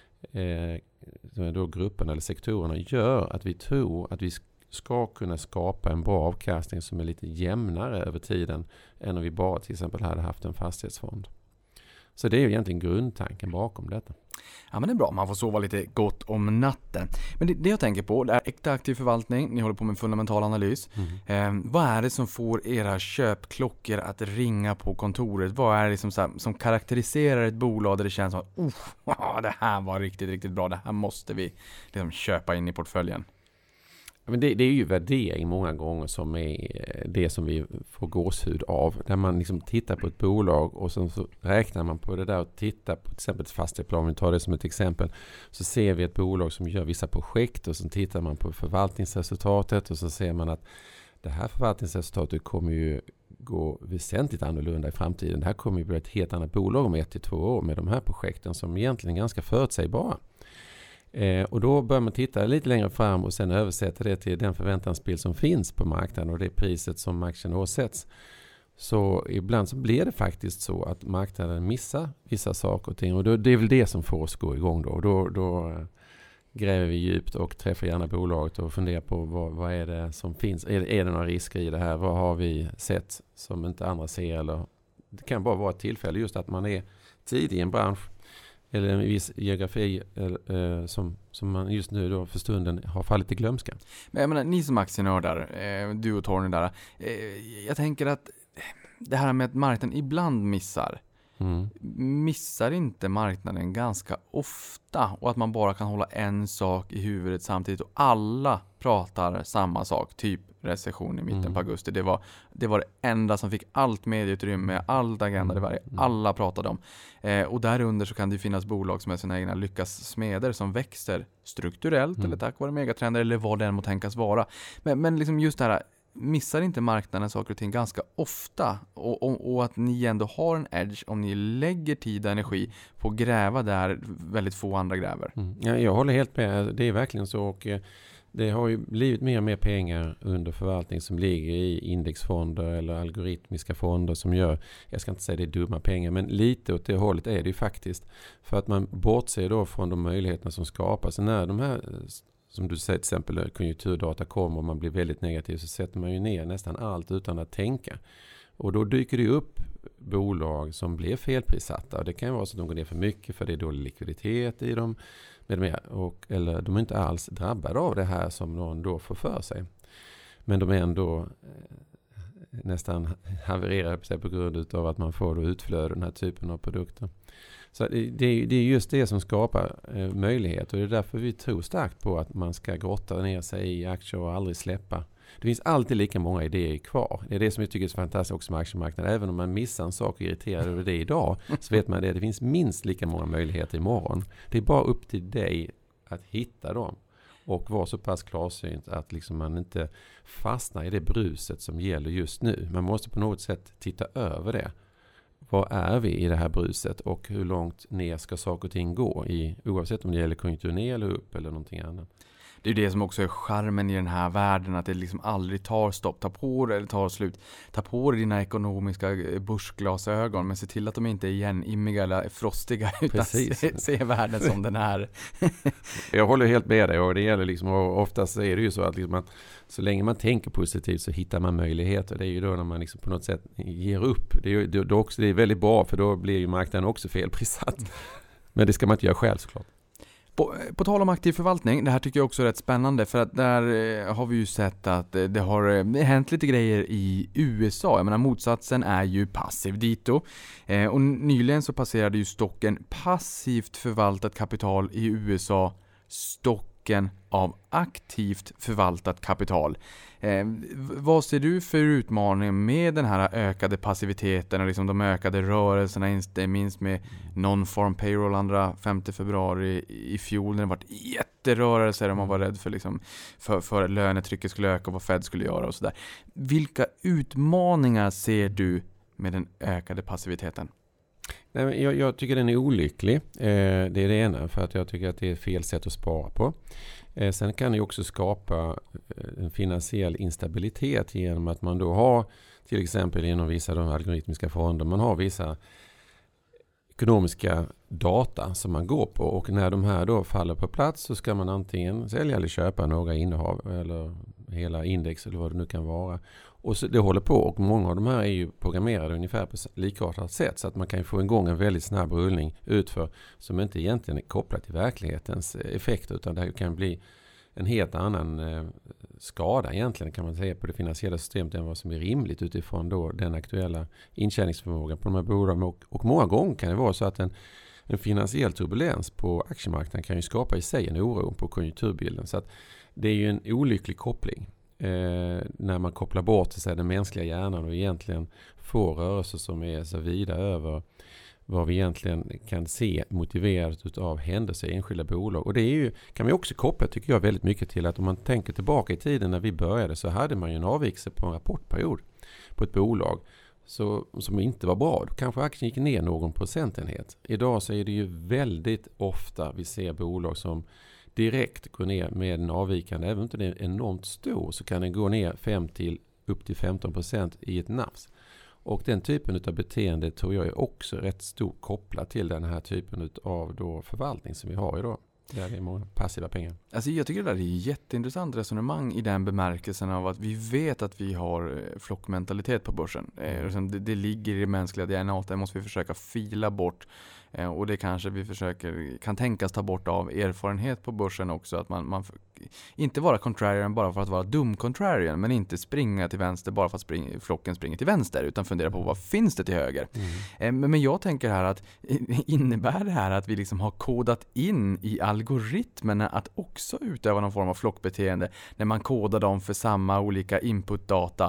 då grupperna eller sektorerna gör att vi tror att vi ska kunna skapa en bra avkastning som är lite jämnare över tiden än om vi bara till exempel hade haft en fastighetsfond. Så det är ju egentligen grundtanken bakom detta. Ja, men det är bra. Man får sova lite gott om natten. Men det jag tänker på, det är äkta aktiv förvaltning. Ni håller på med fundamental analys. Vad är det som får era köpklockor att ringa på kontoret? Vad är det som karaktäriserar ett bolag där det känns som att det här var riktigt, riktigt bra. Det här måste vi liksom köpa in i portföljen? Men det är ju värdering många gånger som är det som vi får gåshud av. Där man liksom tittar på ett bolag och så räknar man på det där och tittar på till exempel ett fastighetsplan. Om vi tar det som ett exempel, så ser vi ett bolag som gör vissa projekt, och så tittar man på förvaltningsresultatet, och så ser man att det här förvaltningsresultatet kommer ju gå väsentligt annorlunda i framtiden. Det här kommer ju bli ett helt annat bolag om 1 till 2 år med de här projekten som egentligen är ganska förutsägbara. Och då bör man titta lite längre fram och sen översätta det till den förväntansbild som finns på marknaden och det priset som aktien åsätts. Så ibland så blir det faktiskt så att marknaden missar vissa saker och ting, och det är väl det som får oss gå igång då. Då gräver vi djupt och träffar gärna bolaget och funderar på vad är det som finns. Är det några risker i det här? Vad har vi sett som inte andra ser? Eller det kan bara vara ett tillfälle just att man är tidig i en bransch eller en viss geografi som man just nu då för stunden har fallit i glömska. Men jag menar, ni som aktienördar, du och Torny där, jag tänker att det här med att marknaden ibland missar inte marknaden ganska ofta, och att man bara kan hålla en sak i huvudet samtidigt och alla pratar samma sak, typ recession i mitten på augusti. Det var det enda som fick allt medieutrymme, allt agenda, det var alla pratade om. Och därunder så kan det finnas bolag som är sina egna lyckas-smeder som växer strukturellt eller tack vare megatrender eller vad den må tänkas vara. Men liksom just det här, missar inte marknaden saker och ting ganska ofta, och att ni ändå har en edge om ni lägger tid och energi på att gräva där väldigt få andra gräver. Ja, jag håller helt med, det är verkligen så, och det har ju blivit mer och mer pengar under förvaltning som ligger i indexfonder eller algoritmiska fonder som gör, jag ska inte säga det är dumma pengar, men lite åt det hållet är det ju faktiskt, för att man bortser då från de möjligheterna som skapas när de här som du säger till exempel konjunkturdata kommer och man blir väldigt negativ, så sätter man ju ner nästan allt utan att tänka. Och då dyker det upp bolag som blir felprissatta. Och det kan ju vara så att de går ner för mycket för det är dålig likviditet i dem. Eller de är inte alls drabbade av det här som någon då får för sig. Men de är ändå nästan havererar på grund av att man får då utflöde den här typen av produkter. Så det är just det som skapar möjlighet. Och det är därför vi tror starkt på att man ska grotta ner sig i aktier och aldrig släppa. Det finns alltid lika många idéer kvar. Det är det som jag tycker är så fantastiskt också med aktiemarknaden. Även om man missar en sak och är irriterad över det idag, så vet man det finns minst lika många möjligheter imorgon. Det är bara upp till dig att hitta dem. Och vara så pass klarsynt att liksom man inte fastnar i det bruset som gäller just nu. Man måste på något sätt titta över det. Var är vi i det här bruset och hur långt ner ska saker och ting gå oavsett om det gäller konjunktur ner eller upp eller någonting annat. Det är det som också är charmen i den här världen, att det liksom aldrig tar stopp, tar på det eller tar slut. Ta på dig dina ekonomiska börsglasögon, men se till att de inte är igenimmiga eller frostiga, utan se världen som den är. Jag håller helt med dig, och det gäller liksom, och oftast är det ju så att liksom så länge man tänker positivt så hittar man möjligheter. Det är ju då när man liksom på något sätt ger upp. Det är väldigt bra, för då blir ju marknaden också felprissatt. Men det ska man inte göra själv såklart. På tal om aktiv förvaltning, det här tycker jag också är rätt spännande, för att där har vi ju sett att det har hänt lite grejer i USA. Jag menar, motsatsen är ju passiv dito. Och nyligen så passerade ju stocken passivt förvaltat kapital i USA stocken av aktivt förvaltat kapital. Vad ser du för utmaning med den här ökade passiviteten och liksom de ökade rörelserna, inte minst med non-farm payroll 5 februari i fjol när det var jätterörelser och man var rädd för, liksom, för lönetrycket skulle öka och vad Fed skulle göra och sådär. Vilka utmaningar ser du med den ökade passiviteten? Nej, jag tycker den är olycklig. Det är det ena, för att jag tycker att det är fel sätt att spara på. Sen kan det också skapa en finansiell instabilitet genom att man då har, till exempel inom vissa av de algoritmiska fonder, man har vissa ekonomiska data som man går på, och när de här då faller på plats så ska man antingen sälja eller köpa några innehav eller hela index eller vad det nu kan vara. Och så det håller på, och många av de här är ju programmerade ungefär på likartat sätt, så att man kan få igång en väldigt snabb rullning utför som inte egentligen är kopplad till verklighetens effekt, utan det kan bli en helt annan skada egentligen, kan man säga, på det finansiella systemet än vad som är rimligt utifrån då den aktuella intjäningsförmågan på de här bolagen. Och många gånger kan det vara så att en finansiell turbulens på aktiemarknaden kan ju skapa i sig en oro på konjunkturbilden. Så att det är ju en olycklig koppling när man kopplar bort sig den mänskliga hjärnan och egentligen får rörelser som är så vida över vad vi egentligen kan se motiverat av händelser i enskilda bolag. Och det är ju, kan vi också koppla, tycker jag, väldigt mycket till att om man tänker tillbaka i tiden när vi började, så hade man ju en avvikelse på en rapportperiod på ett bolag som inte var bra. Då kanske aktien gick ner någon procentenhet. Idag så är det ju väldigt ofta vi ser bolag som direkt går ner med en avvikande, även om det är enormt stor, så kan den gå ner 5 till upp till 15% i ett nafs. Och den typen av beteende tror jag är också rätt stor kopplat till den här typen av då förvaltning som vi har idag. Där det är många passiva pengar. Alltså jag tycker det där är ett jätteintressant resonemang i den bemärkelsen av att vi vet att vi har flockmentalitet på börsen. Det ligger i det mänskliga DNA, det måste vi försöka fila bort. Och det kanske vi kan tänkas ta bort av erfarenhet på börsen också, att man inte vara contrarian bara för att vara dum contrarian, men inte springa till vänster bara för att flocken springer till vänster, utan fundera på vad finns det till höger. Men jag tänker här att innebär det här att vi liksom har kodat in i algoritmerna att också utöva någon form av flockbeteende när man kodar dem för samma olika inputdata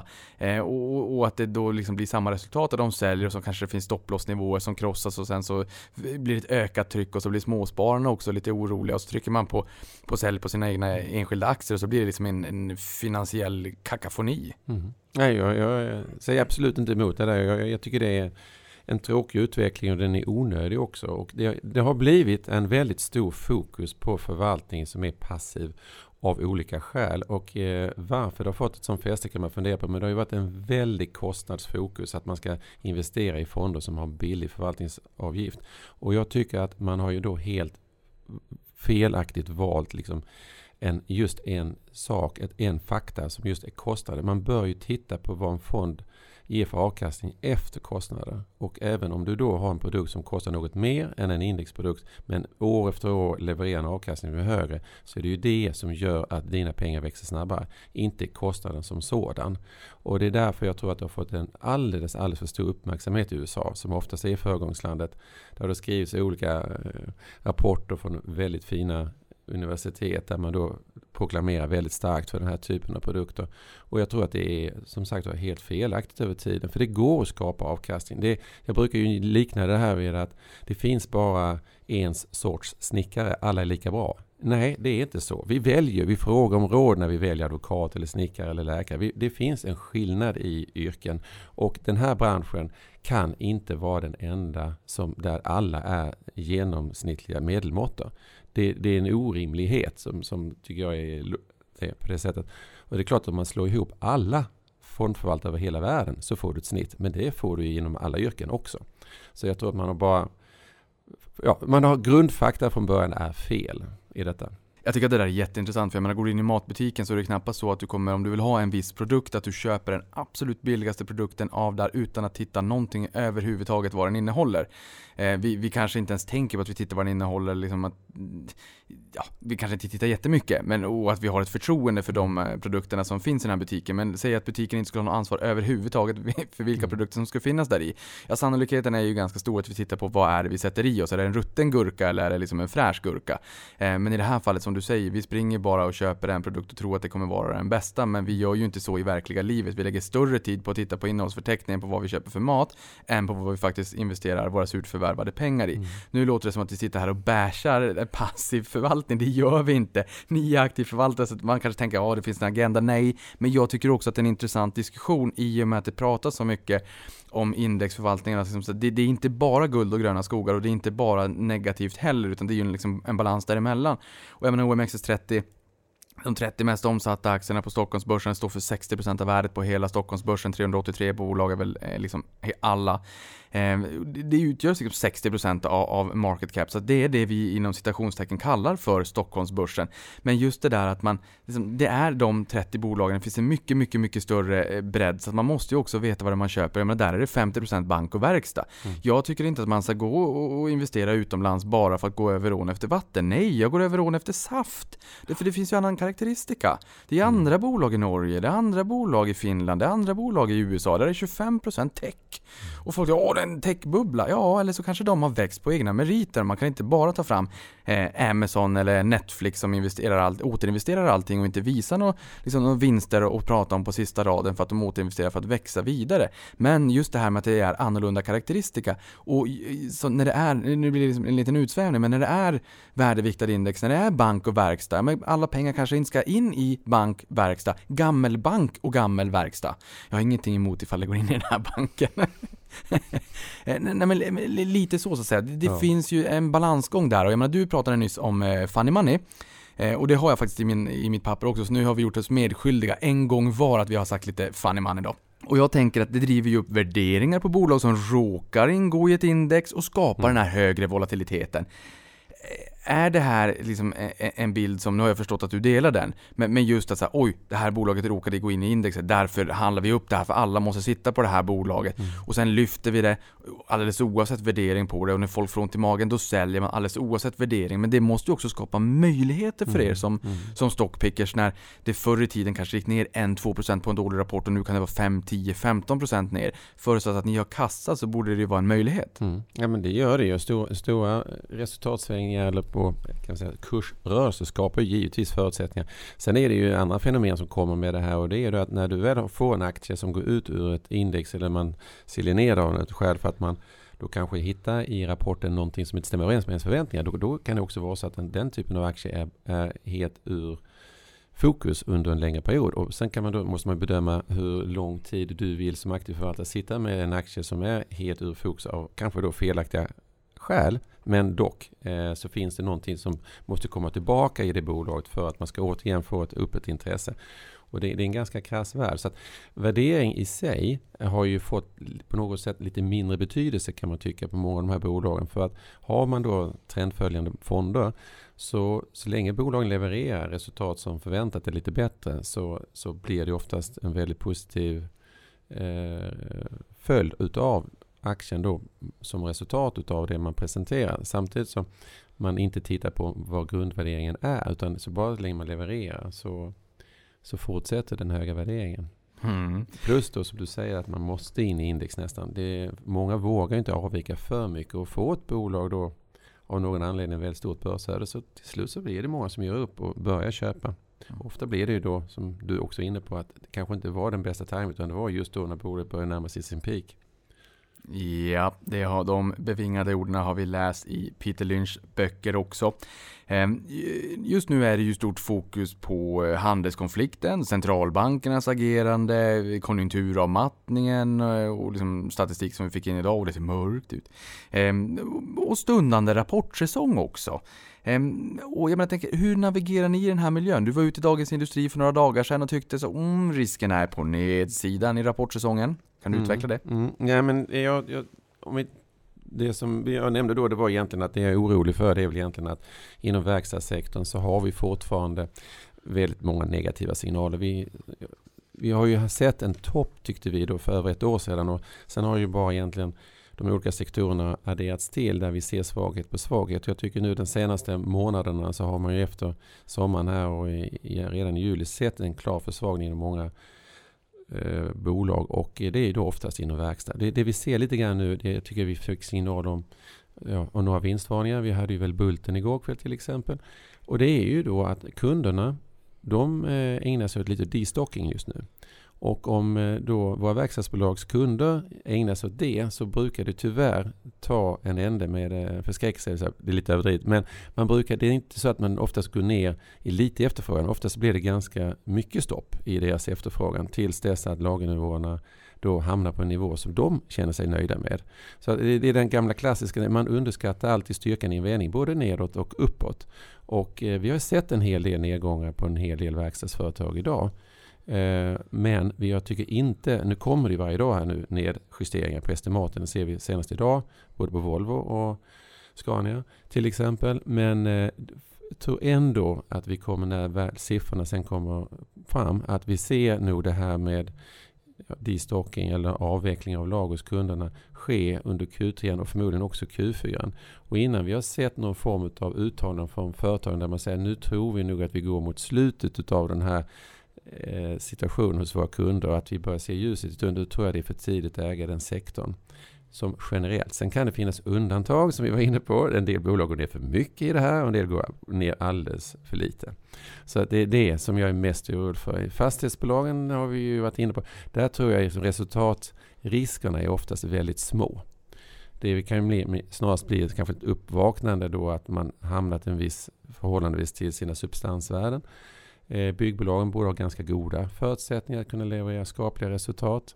och att det då liksom blir samma resultat att de säljer, och så kanske det finns stopplossnivåer som krossas och sen så blir det ett ökat tryck och så blir småspararna också lite oroliga och så trycker man på sälj på sina egna enskilda aktier och så blir det liksom en finansiell kakafoni. Nej, jag säger absolut inte emot det där. Jag tycker det är en tråkig utveckling och den är onödig också. Och det har blivit en väldigt stor fokus på förvaltning som är passiv av olika skäl. Och varför det har fått ett sånt fäste kan man fundera på. Men det har ju varit en väldigt kostnadsfokus att man ska investera i fonder som har billig förvaltningsavgift. Och jag tycker att man har ju då helt felaktigt valt liksom just en sak, en fakta som just är kostnader. Man bör ju titta på vad en fond ger för avkastning efter kostnader. Och även om du då har en produkt som kostar något mer än en indexprodukt, men år efter år levererar en avkastning som är högre, så är det ju det som gör att dina pengar växer snabbare, inte kostnaden som sådan. Och det är därför jag tror att det har fått en alldeles för stor uppmärksamhet i USA, som oftast är föregångslandet. Där det skrivs olika rapporter från väldigt fina universitet där man då proklamerar väldigt starkt för den här typen av produkter. Och jag tror att det är som sagt helt felaktigt över tiden. För det går att skapa avkastning. Jag brukar ju likna det här vid att det finns bara en sorts snickare. Alla är lika bra. Nej, det är inte så. Vi frågar om råd när vi väljer advokat eller snickare eller läkare. Det finns en skillnad i yrken. Och den här branschen kan inte vara den enda där alla är genomsnittliga medelmåttor. Det är en orimlighet som tycker jag är på det sättet. Och det är klart att om man slår ihop alla fondförvaltare över hela världen så får du ett snitt. Men det får du inom alla yrken också. Så jag tror att man har grundfakta från början är fel i detta. Jag tycker att det där är jätteintressant, för går du in i matbutiken så är det knappast så att du kommer, om du vill ha en viss produkt, att du köper den absolut billigaste produkten av där utan att titta någonting överhuvudtaget vad den innehåller. Vi kanske inte ens tänker på att vi tittar vad den innehåller, liksom vi kanske inte tittar jättemycket, men att vi har ett förtroende för de produkterna som finns i den här butiken. Men säg att butiken inte skulle ha något ansvar överhuvudtaget för vilka produkter som ska finnas där i. Ja, sannolikheten är ju ganska stor att vi tittar på vad är det vi sätter i oss. Är det en rutten gurka eller är det liksom en fräsch gurka? Men i det här fallet, som du säger, vi springer bara och köper en produkt och tror att det kommer vara den bästa, men vi gör ju inte så i verkliga livet. Vi lägger större tid på att titta på innehållsförteckningen på vad vi köper för mat än på vad vi faktiskt investerar våra surt förvärvade pengar i. Nu låter det som att vi sitter här och bashar passiv förvaltning. Det gör vi inte. Ni är aktiv förvaltare, så att man kanske tänker det finns en agenda. Nej, men jag tycker också att det är en intressant diskussion i och med att det pratas så mycket om indexförvaltningen. Alltså, det är inte bara guld och gröna skogar, och det är inte bara negativt heller, utan det är ju liksom en balans däremellan. Och jag menar, OMXS30, de 30 mest omsatta aktierna på Stockholmsbörsen står för 60% av värdet på hela Stockholmsbörsen. 383 bolag är väl liksom alla. Det utgör liksom 60% av market cap, så det är det vi inom citationstecken kallar för Stockholmsbörsen. Men just det där att man liksom, det är de 30 bolagen, det finns en mycket större bredd, så att man måste ju också veta vad man köper. Men där är det 50% bank och verkstad. Jag tycker inte att man ska gå och investera utomlands bara för att gå över ån efter vatten. Nej, jag går över ån efter saft. För det finns ju annan karaktäristika. Det är andra bolag i Norge, det är andra bolag i Finland, det är andra bolag i USA, där är 25% tech. Och folk säger, en techbubbla. Ja, eller så kanske de har växt på egna meriter. Man kan inte bara ta fram Amazon eller Netflix som återinvesterar allting och inte visar några vinster och prata om på sista raden för att de återinvesterar för att växa vidare. Men just det här med att det är annorlunda karaktäristika. Och så när det är, nu blir det liksom en liten utsvävning, men när det är värdeviktad index, när det är bank och verkstad, men alla pengar kanske inte ska in i bank, verkstad, gammelbank och gammelverkstad. Jag har ingenting emot ifall det går in i den här banken. Nej, men lite så att säga. Det finns ju en balansgång där, och jag menar, du pratade nyss om funny money. Och det har jag faktiskt i mitt papper också, så nu har vi gjort oss medskyldiga en gång var att vi har sagt lite funny money då. Och jag tänker att det driver ju upp värderingar på bolag som råkar ingå i ett index och skapar den här högre volatiliteten. Är det här liksom en bild som, nu har jag förstått att du delar den, men just att säga, det här bolaget råkade gå in i indexet, därför handlar vi upp det här, för alla måste sitta på det här bolaget. Och sen lyfter vi det alldeles oavsett värdering på det, och när folk får ont i magen, då säljer man alldeles oavsett värdering. Men det måste ju också skapa möjligheter för er som stockpickers, när det förr i tiden kanske gick ner 1-2% på en dålig rapport, och nu kan det vara 5-10-15% ner. Förutsatt att ni har kassa, så borde det ju vara en möjlighet. Ja, men det gör det ju. Stora resultatsvängningar eller på kursrörelse skapar ju givetvis förutsättningar. Sen är det ju andra fenomen som kommer med det här, och det är det att när du väl får en aktie som går ut ur ett index, eller man säljer ner av ett skäl för att man då kanske hittar i rapporten någonting som inte stämmer överens med ens förväntningar, då kan det också vara så att den typen av aktie är helt ur fokus under en längre period. Och sen måste man bedöma hur lång tid du vill som aktiv förvaltare sitta med en aktie som är helt ur fokus av kanske då felaktiga skäl, men dock så finns det någonting som måste komma tillbaka i det bolaget för att man ska återigen få ett öppet intresse. Och det är en ganska krass värld. Så att värdering i sig har ju fått på något sätt lite mindre betydelse kan man tycka på många av de här bolagen. För att har man då trendföljande fonder så länge bolagen levererar resultat som förväntat är lite bättre så blir det oftast en väldigt positiv följd utav aktien då som resultat utav det man presenterar. Samtidigt som man inte tittar på vad grundvärderingen är utan så bara länge man levererar så fortsätter den höga värderingen. Plus då som du säger att man måste in i index nästan. Många vågar inte avvika för mycket och få ett bolag då av någon anledning väldigt stort börsvärde så till slut så blir det många som gör upp och börjar köpa. Ofta blir det ju då som du också är inne på att det kanske inte var den bästa timingen utan det var just då när bolaget började närma sig sin peak. Ja, de bevingade orden har vi läst i Peter Lynchs böcker också. Just nu är det ju stort fokus på handelskonflikten, centralbankernas agerande, konjunkturavmattningen och liksom statistik som vi fick in idag och det ser mörkt ut. Och stundande rapportsäsong också. Och jag tänker, hur navigerar ni i den här miljön? Du var ute i Dagens Industri för några dagar sedan och tyckte så risken är på nedsidan i rapportsäsongen. Kan du utveckla det? Ja, men det som jag nämnde då, det var egentligen att det jag är orolig för, det är väl egentligen att inom verkstadssektorn så har vi fortfarande väldigt många negativa signaler. Vi har ju sett en topp tyckte vi då för över ett år sedan och sen har ju bara egentligen de olika sektorerna adderats till där vi ser svaghet på svaghet. Jag tycker nu de senaste månaderna så har man ju efter sommaren här och redan i juli sett en klar försvagning i många bolag och det är då oftast inom verkstad. Det vi ser lite grann nu, det tycker vi fick signal om och några vinstvarningar. Vi hade ju väl Bulten igår kväll till exempel. Och det är ju då att kunderna de ägnar sig åt lite destocking just nu. Och om då våra verkstadsbolags kunder ägnar sig åt det så brukar det tyvärr ta en ände med förskräckelse. Det är lite överdrivet. Men det är inte så att man oftast går ner i lite efterfrågan. Oftast blir det ganska mycket stopp i deras efterfrågan tills dess att lagernivåerna då hamnar på en nivå som de känner sig nöjda med. Så det är den gamla klassiska, man underskattar alltid styrkan i en vändning, både nedåt och uppåt. Och vi har sett en hel del nedgångar på en hel del verkstadsföretag idag. Men jag tycker inte, nu kommer det varje dag här nu nedjusteringar på estimaten, det ser vi senast idag både på Volvo och Scania till exempel, men jag tror ändå att vi kommer när väl siffrorna sen kommer fram att vi ser nog det här med destocking eller avveckling av lager hos kunderna ske under Q3 och förmodligen också Q4. Och innan vi har sett någon form av uttalanden från företagen där man säger nu tror vi nog att vi går mot slutet av den här situation hos våra kunder och att vi börjar se ljuset i tunneln, då tror jag det är för tidigt att äga den sektorn som generellt. Sen kan det finnas undantag som vi var inne på. En del bolag går ner för mycket i det här och en del går ner alldeles för lite. Så det är det som jag är mest orolig för. I fastighetsbolagen har vi ju varit inne på. Där tror jag att resultatriskerna är oftast väldigt små. Det kan ju snarast bli kanske ett uppvaknande då att man hamnat en viss förhållandevis till sina substansvärden. Byggbolagen borde ha ganska goda förutsättningar att kunna leverera skapliga resultat.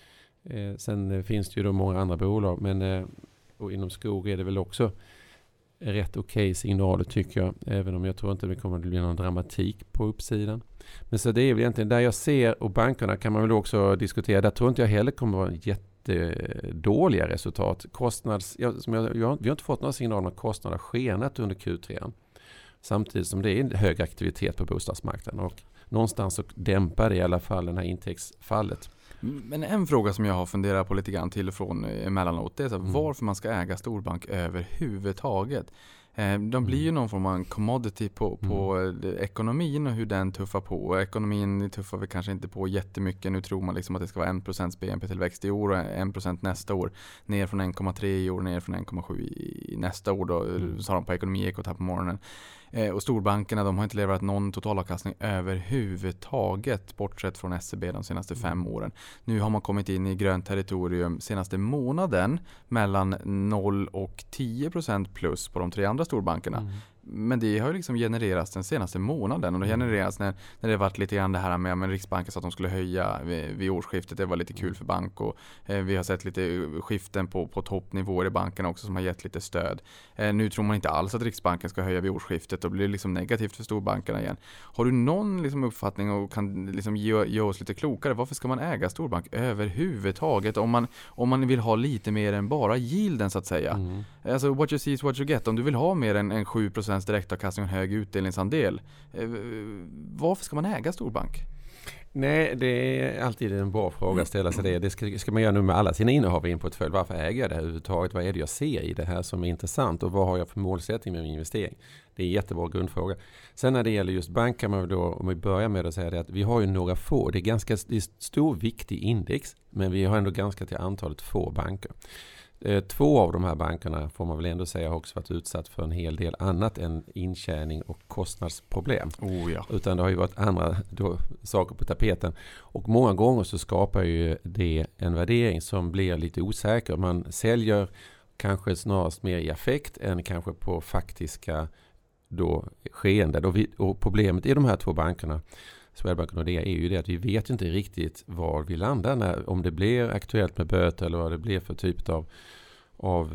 Sen finns det ju då många andra bolag, men och inom skog är det väl också rätt okej signaler tycker jag, även om jag tror inte det kommer att bli någon dramatik på uppsidan. Men så det är väl egentligen där jag ser, och bankerna kan man väl också diskutera, där tror inte jag heller kommer att vara jättedåliga resultat. Vi har inte fått några signaler om att kostnader skenat under Q3. Samtidigt som det är hög aktivitet på bostadsmarknaden och någonstans så dämpar det i alla fall den här intäktsfallet. Men en fråga som jag har funderat på lite grann till och från emellanåt, det är så varför man ska äga storbank överhuvudtaget. De blir ju någon form av commodity på ekonomin och hur den tuffar på. Ekonomin tuffar vi kanske inte på jättemycket. Nu tror man liksom att det ska vara 1% BNP-tillväxt i år och 1% nästa år. Ner från 1,3 i år, ner från 1,7 i nästa år då, sa de på Ekonomiekot här på morgonen. Och storbankerna, de har inte levererat någon totalavkastning överhuvudtaget bortsett från SEB de senaste 5 åren. Nu har man kommit in i grönt territorium senaste månaden mellan 0 och 10% plus på de 3 andra storbankerna. Men det har ju liksom genererats den senaste månaden och det genereras när det varit lite grann det här med Riksbanken så att de skulle höja vid årsskiftet. Det var lite kul för bank och vi har sett lite skiften på toppnivåer i banken också som har gett lite stöd. Nu tror man inte alls att Riksbanken ska höja vid årsskiftet och blir liksom negativt för storbankerna igen. Har du någon liksom uppfattning och kan liksom ge oss lite klokare? Varför ska man äga storbank överhuvudtaget om man vill ha lite mer än bara yielden så att säga? Alltså what you see is what you get. Om du vill ha mer än 7% direktavkastning och en hög utdelningsandel, varför ska man äga storbank? Nej, det är alltid en bra fråga att ställa sig det. Det ska man göra nu med alla sina innehav i en portfölj. Varför äger jag det här överhuvudtaget? Vad är det jag ser i det här som är intressant? Och vad har jag för målsättning med min investering? Det är en jättebra grundfråga. Sen när det gäller just bank kan man då, om vi börjar med att säga det, att vi har ju några få. Det är stor viktig index, men vi har ändå ganska till antalet få banker. 2 av de här bankerna får man väl ändå säga har också varit utsatt för en hel del annat än intjäning och kostnadsproblem. Utan det har ju varit andra saker på tapeten. Och många gånger så skapar ju det en värdering som blir lite osäker. Man säljer kanske snarast mer i affekt än kanske på faktiska skeenden. Och problemet i de här 2 bankerna, Swedbank och Nordea, är ju det att vi vet inte riktigt var vi landar om det blir aktuellt med böter eller vad det blir för typ av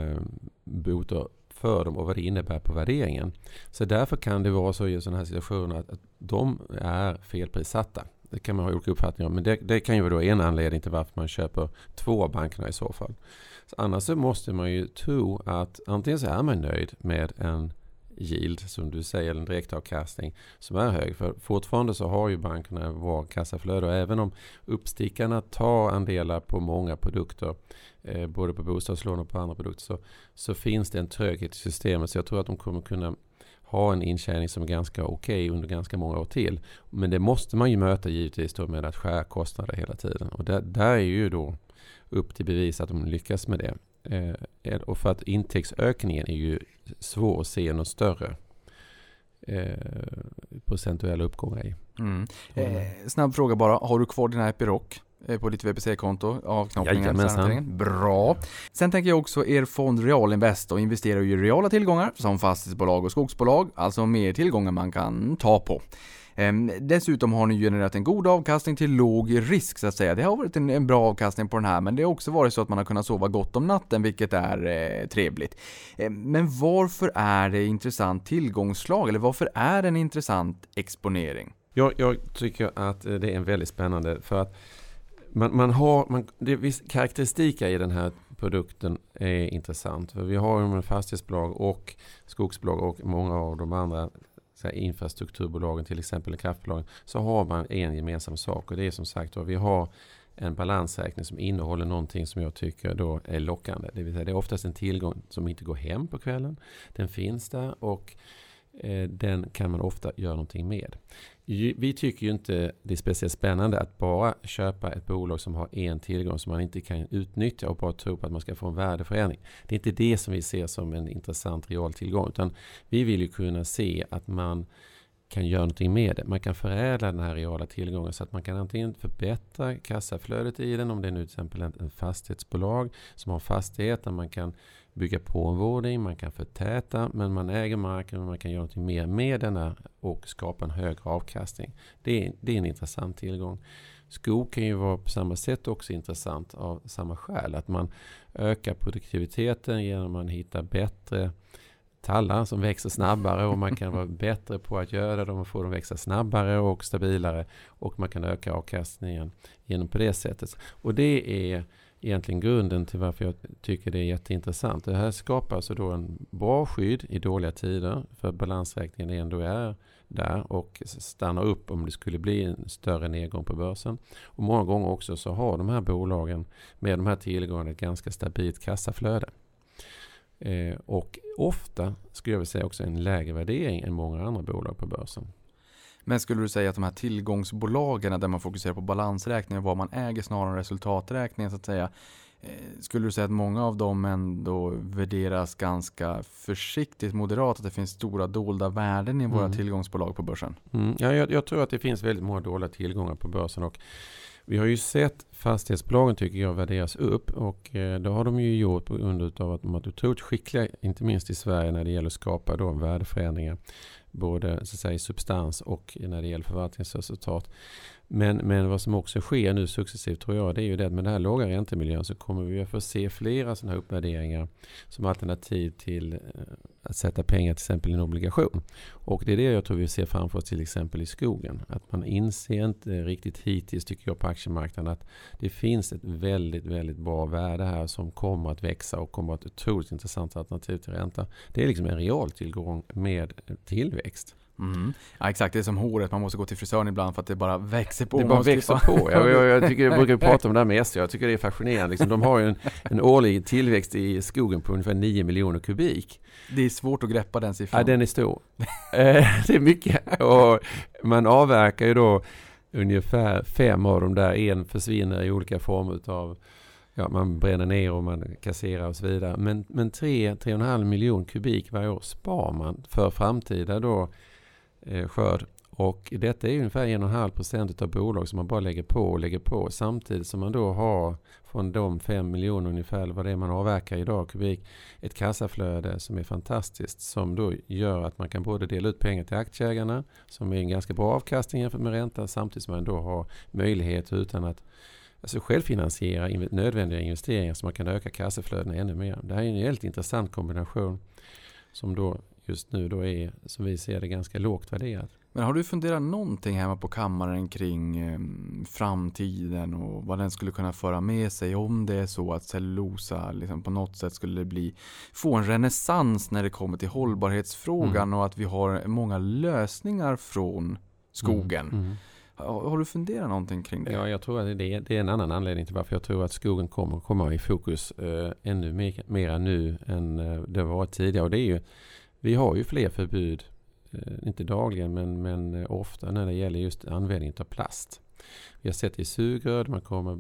böter för dem och vad det innebär på värderingen. Så därför kan det vara så i sådana här situationer att de är felprissatta. Det kan man ha olika uppfattningar om, men det kan ju vara då en anledning till varför man köper 2 av bankerna i så fall. Så annars så måste man ju tro att antingen så är man nöjd med en yield, som du säger, en direktavkastning som är hög. För fortfarande så har ju bankerna bra kassaflöde och även om uppstickarna tar andelar på många produkter, både på bostadslån och på andra produkter, så finns det en tröghet i systemet. Så jag tror att de kommer kunna ha en intjäning som är ganska okej under ganska många år till. Men det måste man ju möta givetvis då med att skära kostnader hela tiden. Och där är ju då upp till bevis att de lyckas med det. Och för att intäktsökningen är ju svår att se någon större procentuella uppgångar i. Snabb fråga bara. Har du kvar dina Epiroc på ditt VPC-konto? Jajamensan. Bra. Sen tänker jag också er fond Realinvest och investerar i reala tillgångar som fastighetsbolag och skogsbolag. Alltså mer tillgångar man kan ta på. Dessutom har ni genererat en god avkastning till låg risk så att säga. Det har varit en bra avkastning på den här, men det har också varit så att man har kunnat sova gott om natten, vilket är trevligt. Men varför är det intressant tillgångslag eller varför är det en intressant exponering? Jag tycker att det är en väldigt spännande för att det viss karaktäristika i den här produkten är intressant. För vi har ju fastighetsbolag och skogsbolag och många av de andra infrastrukturbolagen, till exempel kraftbolagen, så har man en gemensam sak och det är som sagt att vi har en balansräkning som innehåller någonting som jag tycker då är lockande. Det vill säga det är oftast en tillgång som inte går hem på kvällen. Den finns där och den kan man ofta göra någonting med. Vi tycker ju inte det är speciellt spännande att bara köpa ett bolag som har en tillgång som man inte kan utnyttja och bara tro på att man ska få en värdeförändring. Det är inte det som vi ser som en intressant real tillgång, utan vi vill ju kunna se att man kan göra någonting med det. Man kan förädla den här reala tillgången så att man kan antingen förbättra kassaflödet i den, om det är nu till exempel en fastighetsbolag som har fastighet där man kan bygga på en våning, man kan förtäta, men man äger marken och man kan göra någonting mer med denna och skapa en högre avkastning. Det är en intressant tillgång. Skog kan ju vara på samma sätt också intressant av samma skäl, att man ökar produktiviteten genom att man hittar bättre tallar som växer snabbare och man kan vara bättre på att göra dem och få dem växa snabbare och stabilare och man kan öka avkastningen genom på det sättet. Och det är egentligen grunden till varför jag tycker det är jätteintressant. Det här skapar alltså då en bra skydd i dåliga tider för balansräkningen ändå är där och stannar upp om det skulle bli en större nedgång på börsen. Och många gånger också så har de här bolagen med de här tillgångarna ett ganska stabilt kassaflöde. Och ofta skulle jag vilja säga också en lägre värdering än många andra bolag på börsen. Men skulle du säga att de här tillgångsbolagen där man fokuserar på balansräkningen, vad man äger snarare än resultaträkningen så att säga, skulle du säga att många av dem ändå värderas ganska försiktigt moderat, att det finns stora dolda värden i våra tillgångsbolag på börsen? Ja, jag tror att det finns väldigt många dolda tillgångar på börsen och Vi har ju sett fastighetsbolagen tycker jag värderas upp och det har de ju gjort på grund av att de är otroligt skickliga, inte minst i Sverige när det gäller att skapa då värdeförändringar. Både så att säga, substans och när det gäller förvaltningsresultat. Men vad som också sker nu successivt tror jag, det är ju det att med den här låga räntemiljön så kommer vi att få se flera sådana här uppvärderingar som alternativ till att sätta pengar till exempel i en obligation. Och det är det jag tror vi ser framför oss till exempel i skogen. Att man inser inte riktigt hittills tycker jag på aktiemarknaden att det finns ett väldigt, väldigt bra värde här som kommer att växa och kommer att vara ett otroligt intressant alternativ till ränta. Det är liksom en realtillgång med tillväxt. Mm. Ja, exakt, det är som håret. Man måste gå till frisören ibland för att det bara växer på. Det bara växer på. Jag tycker jag brukar prata om det här med SCA. Jag tycker det är fascinerande. Liksom, de har ju en årlig tillväxt i skogen på ungefär 9 miljoner kubik. Det är svårt att greppa den siffran. Ja, den är stor. Det är mycket. Och man avverkar ju då ungefär 5 av dem där. En försvinner i olika former av man bränner ner och man kasserar och så vidare. Men 3,5 miljoner kubik varje år spar man för framtida då skörd. Och detta är ungefär 1,5% av bolag som man bara lägger på samtidigt som man då har från de 5 miljoner ungefär vad det är man avverkar idag kubik ett kassaflöde som är fantastiskt som då gör att man kan både dela ut pengar till aktieägarna som är en ganska bra avkastning jämfört med ränta samtidigt som man då har möjlighet utan att självfinansiera nödvändiga investeringar så man kan öka kassaflödena ännu mer. Det här är en helt intressant kombination som då just nu då är, som vi ser det, ganska lågt värderat. Men har du funderat någonting hemma på kammaren kring framtiden och vad den skulle kunna föra med sig om det är så att cellulosa liksom på något sätt skulle få en renässans när det kommer till hållbarhetsfrågan och att vi har många lösningar från skogen. Har du funderat någonting kring det? Ja, jag tror att det är en annan anledning till varför jag tror att skogen kommer komma i fokus ännu mer nu än det var tidigare. Och det är ju, vi har ju fler förbud, inte dagligen men ofta när det gäller just användning av plast. Vi har sett i sugrör, man kommer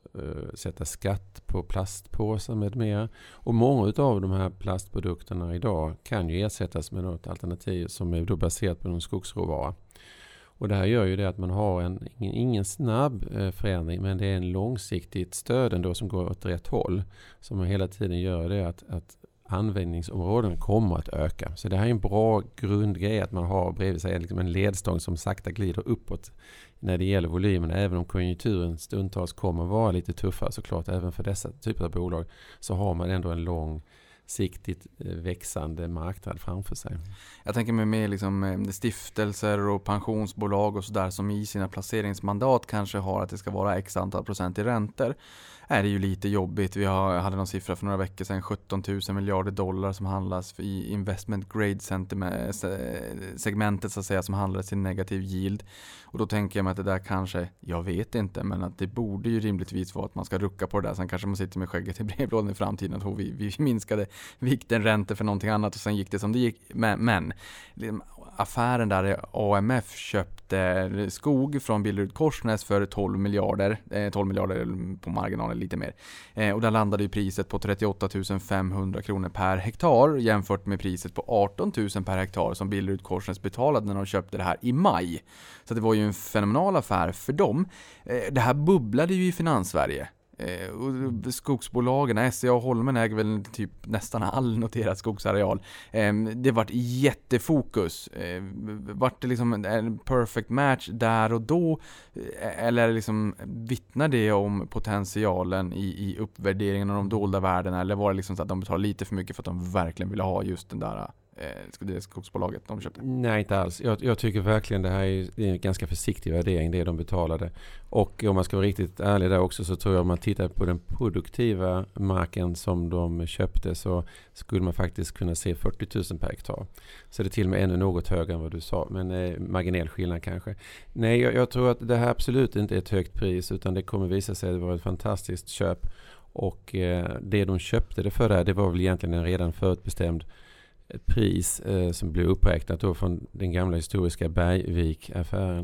sätta skatt på plastpåsar med mer. Och många av de här plastprodukterna idag kan ju ersättas med något alternativ som är då baserat på någon skogsråvara. Och det här gör ju det att man har ingen snabb förändring men det är en långsiktigt stöd ändå som går åt rätt håll. Som hela tiden gör det att användningsområden kommer att öka. Så det här är en bra grundgrej att man har bredvid sig liksom en ledstång som sakta glider uppåt när det gäller volymen. Även om konjunkturen stundtals kommer vara lite tuffare såklart även för dessa typer av bolag så har man ändå en långsiktigt växande marknad framför sig. Jag tänker mig med liksom stiftelser och pensionsbolag och sådär som i sina placeringsmandat kanske har att det ska vara x antal procent i räntor. Är det ju lite jobbigt. Vi hade någon siffra för några veckor sedan, 17 000 miljarder dollar som handlas i investment grade segmentet så att säga, som handlas till negativ yield. Och då tänker jag mig att det där kanske, jag vet inte, men att det borde ju rimligtvis vara att man ska rucka på det där. Sen kanske man sitter med skägget i brevlådan i framtiden att vi minskade vikten räntor för någonting annat och sen gick det som det gick. Men affären där AMF köpte skog från Billerud-Korsnäs för 12 miljarder på marginalen lite mer. Och där landade ju priset på 38 500 kronor per hektar jämfört med priset på 18 000 per hektar som Billerud-Korsnäs betalade när de köpte det här i maj. Så det var ju en fenomenal affär för dem. Det här bubblade ju i Finanssverige. Och skogsbolagen, SCA och Holmen äger väl typ nästan all noterad skogsareal. Det vart jättefokus. Vart det liksom en perfect match där och då? Eller liksom vittnar det om potentialen i uppvärderingen av de dolda värdena? Eller var det liksom så att de betalade lite för mycket för att de verkligen ville ha just den där det skogsbolaget de köpte? Nej, inte alls. Jag tycker verkligen det här är en ganska försiktig värdering, det de betalade. Och om man ska vara riktigt ärlig där också så tror jag om man tittar på den produktiva marken som de köpte så skulle man faktiskt kunna se 40 000 per hektar. Så det är till och med ännu något högre än vad du sa, men marginell skillnad kanske. Nej, jag tror att det här absolut inte är ett högt pris utan det kommer visa sig att det var ett fantastiskt köp. Och det de köpte det för det var väl egentligen en redan förutbestämd pris som blev uppräknat då från den gamla historiska Bergvik-affären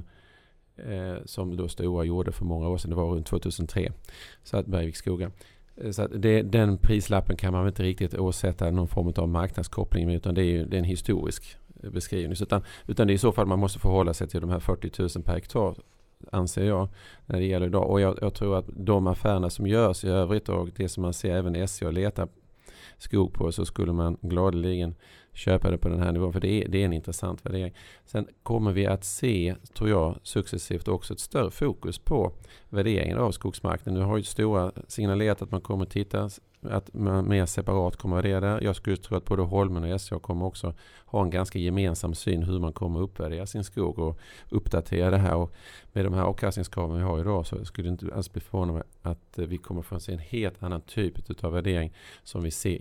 som då Stora gjorde för många år sedan. Det var runt 2003. Så att Bergvik skogar. Så att den prislappen kan man inte riktigt åsätta någon form av marknadskoppling med utan det är en historisk beskrivning. Utan det är i så fall man måste förhålla sig till de här 40 000 per hektar anser jag, när det gäller idag. Och jag tror att de affärerna som görs i övrigt och det som man ser även SCA letar skog på, så skulle man gladeligen köpa det på den här nivån, för det är en intressant värdering. Sen kommer vi att se, tror jag, successivt också ett större fokus på värderingen av skogsmarknaden. Nu har ju stora signalerat att man kommer titta, att man mer separat kommer att värdera där. Jag skulle tro att både Holmen och SCA kommer också ha en ganska gemensam syn hur man kommer att uppvärdera sin skog och uppdatera det här. Och med de här avkastningskraven vi har idag så skulle det inte alls bli förvånande att vi kommer få se en helt annan typ av värdering som vi ser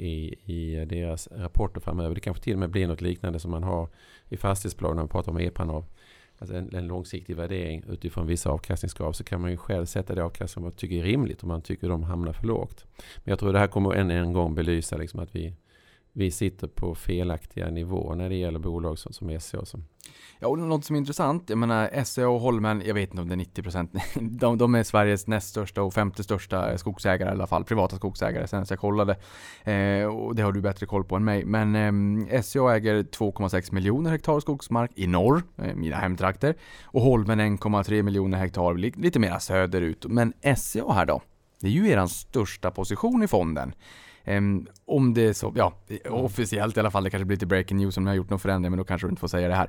i deras rapporter framöver. Det kanske till och med blir något liknande som man har i fastighetsbolag när man pratar om EPANAV. Alltså en långsiktig värdering utifrån vissa avkastningskrav, så kan man ju själv sätta det avkastning som man tycker är rimligt om man tycker de hamnar för lågt. Men jag tror det här kommer en gång belysa liksom att vi sitter på felaktiga nivåer när det gäller bolag som SCA. Ja, och något som är intressant, jag menar SCA och Holmen, jag vet inte om det är 90%, de är Sveriges näst största och femte största skogsägare i alla fall, privata skogsägare sen jag kollade, och det har du bättre koll på än mig, men SCA äger 2,6 miljoner hektar skogsmark i norr, mina hemtrakter, och Holmen 1,3 miljoner hektar lite mer söderut, men SCA här då, det är ju eran största position i fonden. Om det är så, ja, officiellt i alla fall, det kanske blir lite breaking news om ni har gjort någon förändring, men då kanske du inte får säga det här.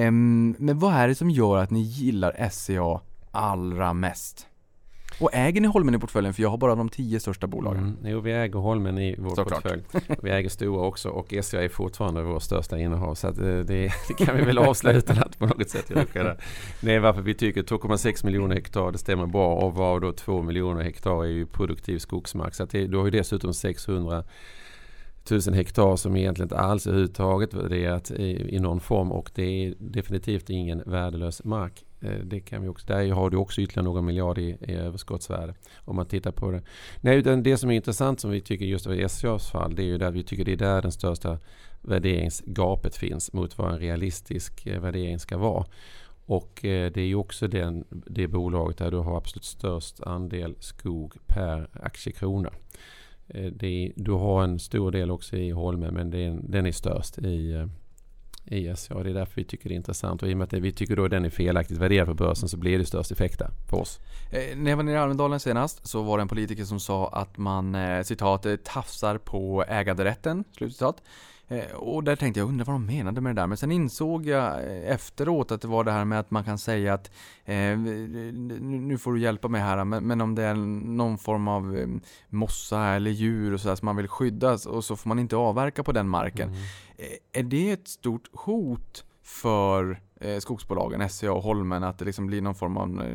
Men vad är det som gör att ni gillar SCA allra mest? Och äger ni Holmen i portföljen? För jag har bara de 10 största bolagen. Jo, vi äger Holmen i vår portfölj. Vi äger Stora också, och SCA är fortfarande vår största innehav. Så att det kan vi väl avsluta att på något sätt göra det. Nej, varför vi tycker 2,6 miljoner hektar, det stämmer bra. Och var då 2 miljoner hektar är ju produktiv skogsmark. Så att du har ju dessutom 600 000 hektar som egentligen inte alls är överhuvudtaget värderat i någon form, och det är definitivt ingen värdelös mark. Det kan vi också, där har du också ytterligare några miljarder i överskottsvärde om man tittar på det. Nej, det som är intressant som vi tycker just i SCAs fall, det är ju där vi tycker det är där den största värderingsgapet finns mot vad en realistisk värdering ska vara. Och det är ju också det bolaget där du har absolut störst andel skog per aktiekrona. Du har en stor del också i Holmen, men den är störst i SCA. Det är därför vi tycker det är intressant, och i och med att vi tycker då den är felaktigt värderad på börsen, så blir det störst effekt där för oss. När jag var nere i Almedalen senast så var det en politiker som sa att man citat tafsar på äganderätten, slutcitat. Och där tänkte jag, undra vad de menade med det där. Men sen insåg jag efteråt att det var det här med att man kan säga att nu får du hjälpa mig här, men om det är någon form av mossa eller djur och så där som man vill skyddas, och så får man inte avverka på den marken. Är det ett stort hot för skogsbolagen, SCA och Holmen, att det liksom blir någon form av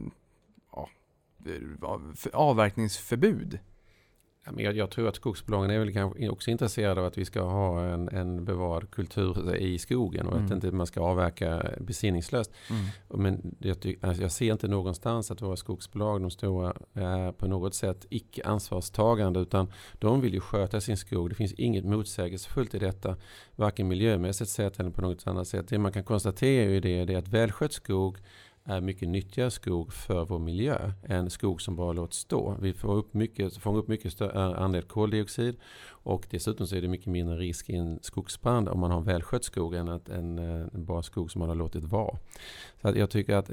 avverkningsförbud? Jag tror att skogsbolagen är väl kanske också intresserade av att vi ska ha en bevarad kultur i skogen, och att inte man ska avverka besinningslöst. Men jag ser inte någonstans att våra skogsbolag, de stora, är på något sätt icke ansvarstagande, utan de vill ju sköta sin skog. Det finns inget motsägelsefullt i detta, varken miljömässigt sett eller på något annat sätt. Det man kan konstatera är det är att välskött skog är mycket nyttigare skog för vår miljö än skog som bara låter stå. Vi får upp mycket större andel koldioxid, och dessutom så är det mycket mindre risk i en skogsbrand om man har välskött skog än en bara skog som man har låtit vara. Så att jag tycker att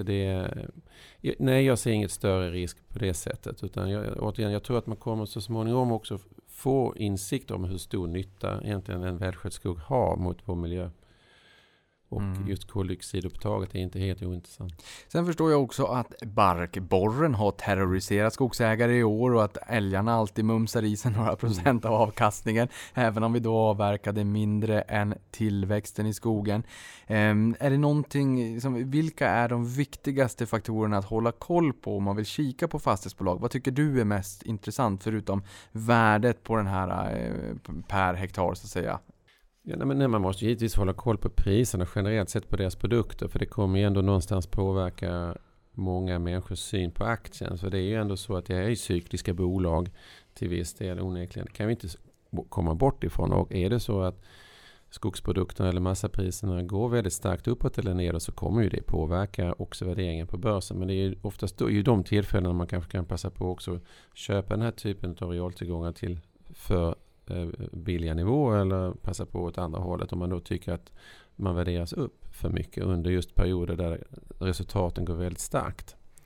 jag ser inget större risk på det sättet, utan jag tror att man kommer så småningom också få insikt om hur stor nytta egentligen en välskött skog har mot vår miljö. Och just koldioxidupptaget är inte helt ointressant. Sen förstår jag också att barkborren har terroriserat skogsägare i år, och att älgarna alltid mumsar i sig några procent av avkastningen, även om vi då avverkade mindre än tillväxten i skogen. Är det någonting, vilka är de viktigaste faktorerna att hålla koll på om man vill kika på fastighetsbolag? Vad tycker du är mest intressant, förutom värdet på den här per hektar så att säga? Ja, men man måste givetvis hålla koll på priserna generellt sett på deras produkter, för det kommer ju ändå någonstans påverka många människors syn på aktien. Så det är ju ändå så att det är cykliska bolag till viss del onekligen. Det kan vi inte komma bort ifrån, och är det så att skogsprodukterna eller massapriserna går väldigt starkt uppåt eller nedåt, så kommer ju det påverka också värderingen på börsen. Men det är ju oftast då, i de tillfällena man kanske kan passa på också köpa den här typen av realtillgångar till för billiga nivåer, eller passa på åt andra hållet om man då tycker att man värderas upp för mycket under just perioder där resultaten går väldigt starkt.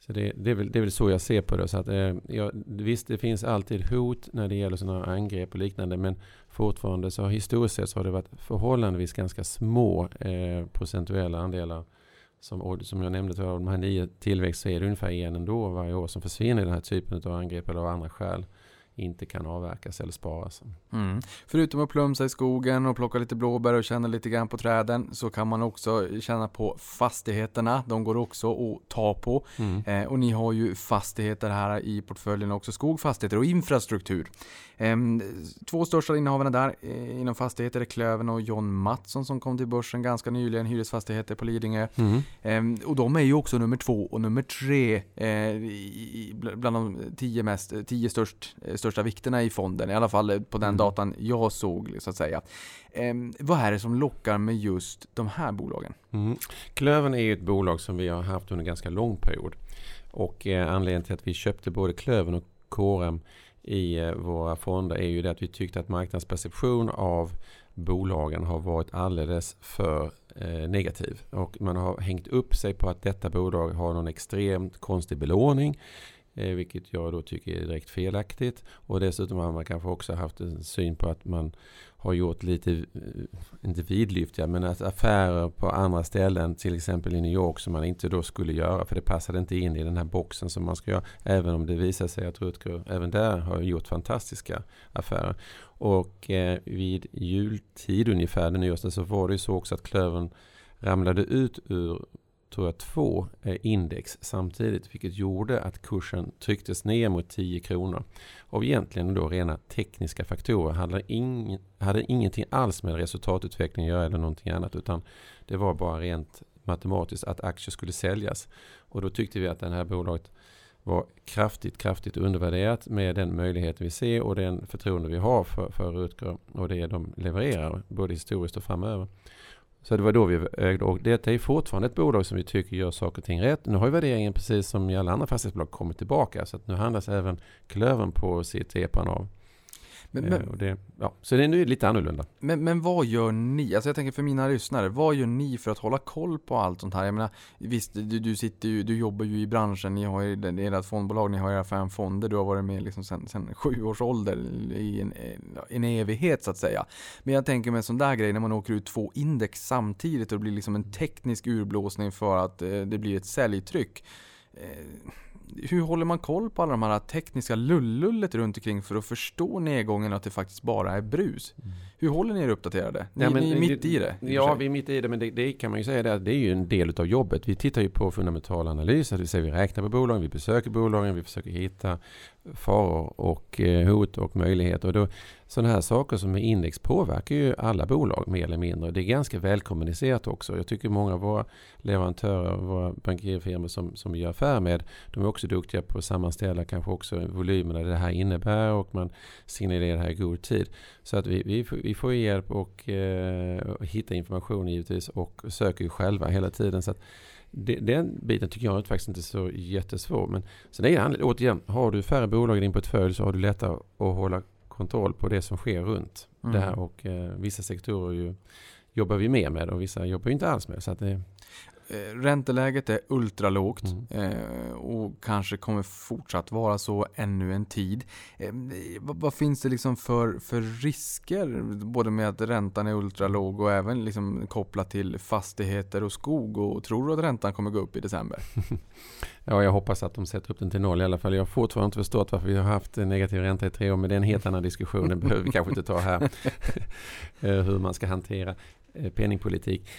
Så det är väl så jag ser på det. Så att, visst, det finns alltid hot när det gäller sådana angrepp och liknande, men fortfarande så historiskt sett så har det varit förhållandevis ganska små procentuella andelar. Som jag nämnde, av de här 9 tillväxt så är det ungefär en ändå varje år som försvinner i den här typen av angrepp eller av andra skäl inte kan avverkas eller sparas. Förutom att plumsa i skogen och plocka lite blåbär och känna lite grann på träden, så kan man också känna på fastigheterna. De går också att ta på. Och ni har ju fastigheter här i portföljen också. Skog, fastigheter och infrastruktur. 2 största innehavarna där inom fastigheter är Klövern och John Mattsson som kom till börsen ganska nyligen, hyresfastigheter på Lidingö. Och de är ju också nummer 2 och nummer 3 bland de 10 största vikterna i fonden, i alla fall på den datan jag såg så att säga. Vad är det som lockar med just de här bolagen? Klövern är ju ett bolag som vi har haft under en ganska lång period, och anledningen till att vi köpte både Klövern och KRM i våra fonder är ju det att vi tyckte att marknadsperception av bolagen har varit alldeles för negativ, och man har hängt upp sig på att detta bolag har någon extremt konstig belåning, vilket jag då tycker är direkt felaktigt, och dessutom har man kanske också haft en syn på att man har gjort lite, inte vidlyftiga, men att affärer på andra ställen, till exempel i New York, som man inte då skulle göra, för det passade inte in i den här boxen som man ska göra, även om det visar sig att Rutger även där har gjort fantastiska affärer. Och vid jultid ungefär, den nyårsdagen, så var det ju så också att Klövern ramlade ut ur, tror jag, 2 index samtidigt, vilket gjorde att kursen trycktes ner mot 10 kronor. Och egentligen då rena tekniska faktorer hade ingenting alls med resultatutveckling att göra eller någonting annat, utan det var bara rent matematiskt att aktier skulle säljas. Och då tyckte vi att det här bolaget var kraftigt undervärderat med den möjlighet vi ser och den förtroende vi har för Rutger och det de levererar, både historiskt och framöver. Så det var då vi ägde, och det är fortfarande ett bolag som vi tycker gör saker och ting rätt. Nu har ju värderingen, precis som i alla andra fastighetsbolag, kommit tillbaka, så att nu handlas även Klövern på sitt EPAN av. Så det är nu lite annorlunda. Men vad gör ni? Alltså jag tänker för mina lyssnare, vad gör ni för att hålla koll på allt sånt här? Jag menar, visst, du jobbar ju i branschen, ni har ju ert fondbolag, ni har era 5 fonder, du har varit med liksom sen 7 års ålder i en evighet så att säga. Men jag tänker med sån där grej, när man åker ut 2 index samtidigt och det blir liksom en teknisk urblåsning för att det blir ett säljtryck. Hur håller man koll på alla de här tekniska lullullet runt omkring för att förstå nedgången, att det faktiskt bara är brus? Hur håller ni er uppdaterade? Ni är mitt i det. Ja, vi är mitt i det, men det kan man ju säga att det är ju en del av jobbet. Vi tittar ju på fundamental analys, det vill säga vi räknar på bolagen, vi besöker bolagen, vi försöker hitta faror och hot och möjligheter. Och då, sådana här saker som är index påverkar ju alla bolag mer eller mindre. Det är ganska välkommunicerat också. Jag tycker många av våra leverantörer, våra bankirfirmor som vi gör affär med, de är också duktiga på att sammanställa kanske också volymerna det här innebär, och man signalerar det här i god tid. Så att vi får hjälp och hitta information givetvis, och söker ju själva hela tiden. Så att den biten tycker jag faktiskt inte är så jättesvår. Men sen är det återigen, har du färre bolag i din portfölj så har du lättare att hålla kontroll på det som sker runt det här. Och vissa sektorer jobbar vi mer med och vissa jobbar vi inte alls med. Så att ränteläget är ultralågt och kanske kommer fortsatt vara så ännu en tid. Vad finns det liksom för risker både med att räntan är ultralåg och även liksom kopplat till fastigheter och skog? Och tror du att räntan kommer gå upp i december? Ja, jag hoppas att de sätter upp den till 0 i alla fall. Jag har fortfarande inte förstått varför vi har haft negativ ränta i 3 år, men det är en helt annan diskussion. Den behöver vi kanske inte ta här. Hur man ska hantera penningpolitik.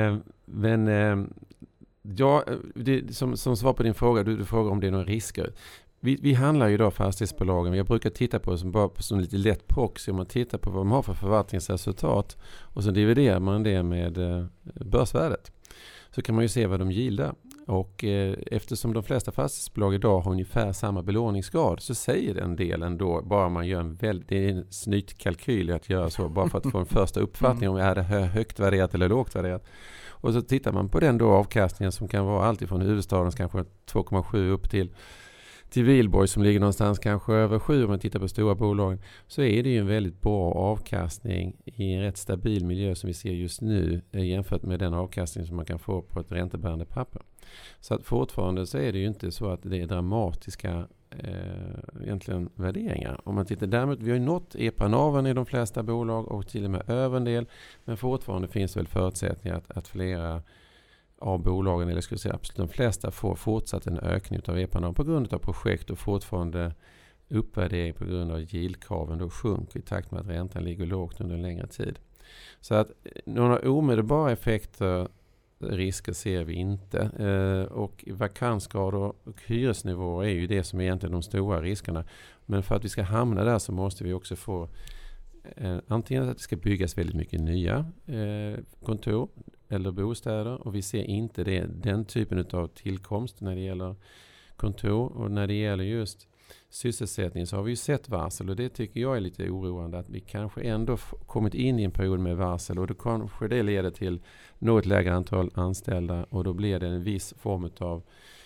Som svar på din fråga, du frågar om det är några risker. Vi handlar ju idag fastighetsbolagen. Jag brukar titta på som lite lätt proxy. Man tittar på vad man har för förvaltningsresultat och så dividerar man det med börsvärdet. Så kan man ju se vad de gillar. Och eftersom de flesta fastighetsbolag idag har ungefär samma belåningsgrad, så säger den delen då, bara man gör det är en snytkalkyl att göra så, bara för att få en första uppfattning om är det högt värderat eller lågt värderat. Och så tittar man på den då avkastningen som kan vara allt ifrån huvudstadens kanske 2,7 upp till till Wihlborg som ligger någonstans kanske över 7 om man tittar på stora bolagen, så är det ju en väldigt bra avkastning i en rätt stabil miljö som vi ser just nu jämfört med den avkastning som man kan få på ett räntebärande papper. Så att fortfarande så är det ju inte så att det är dramatiska egentligen värderingar. Om man tittar däremot, vi har ju nått EPRA-naven i de flesta bolag och till och med över en del, men fortfarande finns väl förutsättningar att flera av bolagen, eller skulle jag säga absolut de flesta, får fortsatt en ökning av EPRA-naven på grund av projekt och fortfarande uppvärdering på grund av yieldkraven då sjunker i takt med att räntan ligger lågt under en längre tid. Så att några omedelbara effekter, risker ser vi inte. Och vakansgrader och hyresnivåer är ju det som är egentligen de stora riskerna. Men för att vi ska hamna där så måste vi också få antingen att det ska byggas väldigt mycket nya kontor eller bostäder, och vi ser inte den typen av tillkomst när det gäller kontor. Och när det gäller just sysselsättning så har vi ju sett varsel, och det tycker jag är lite oroande att vi kanske ändå kommit in i en period med varsel, och då kanske det leder till något lägre antal anställda, och då blir det en viss form av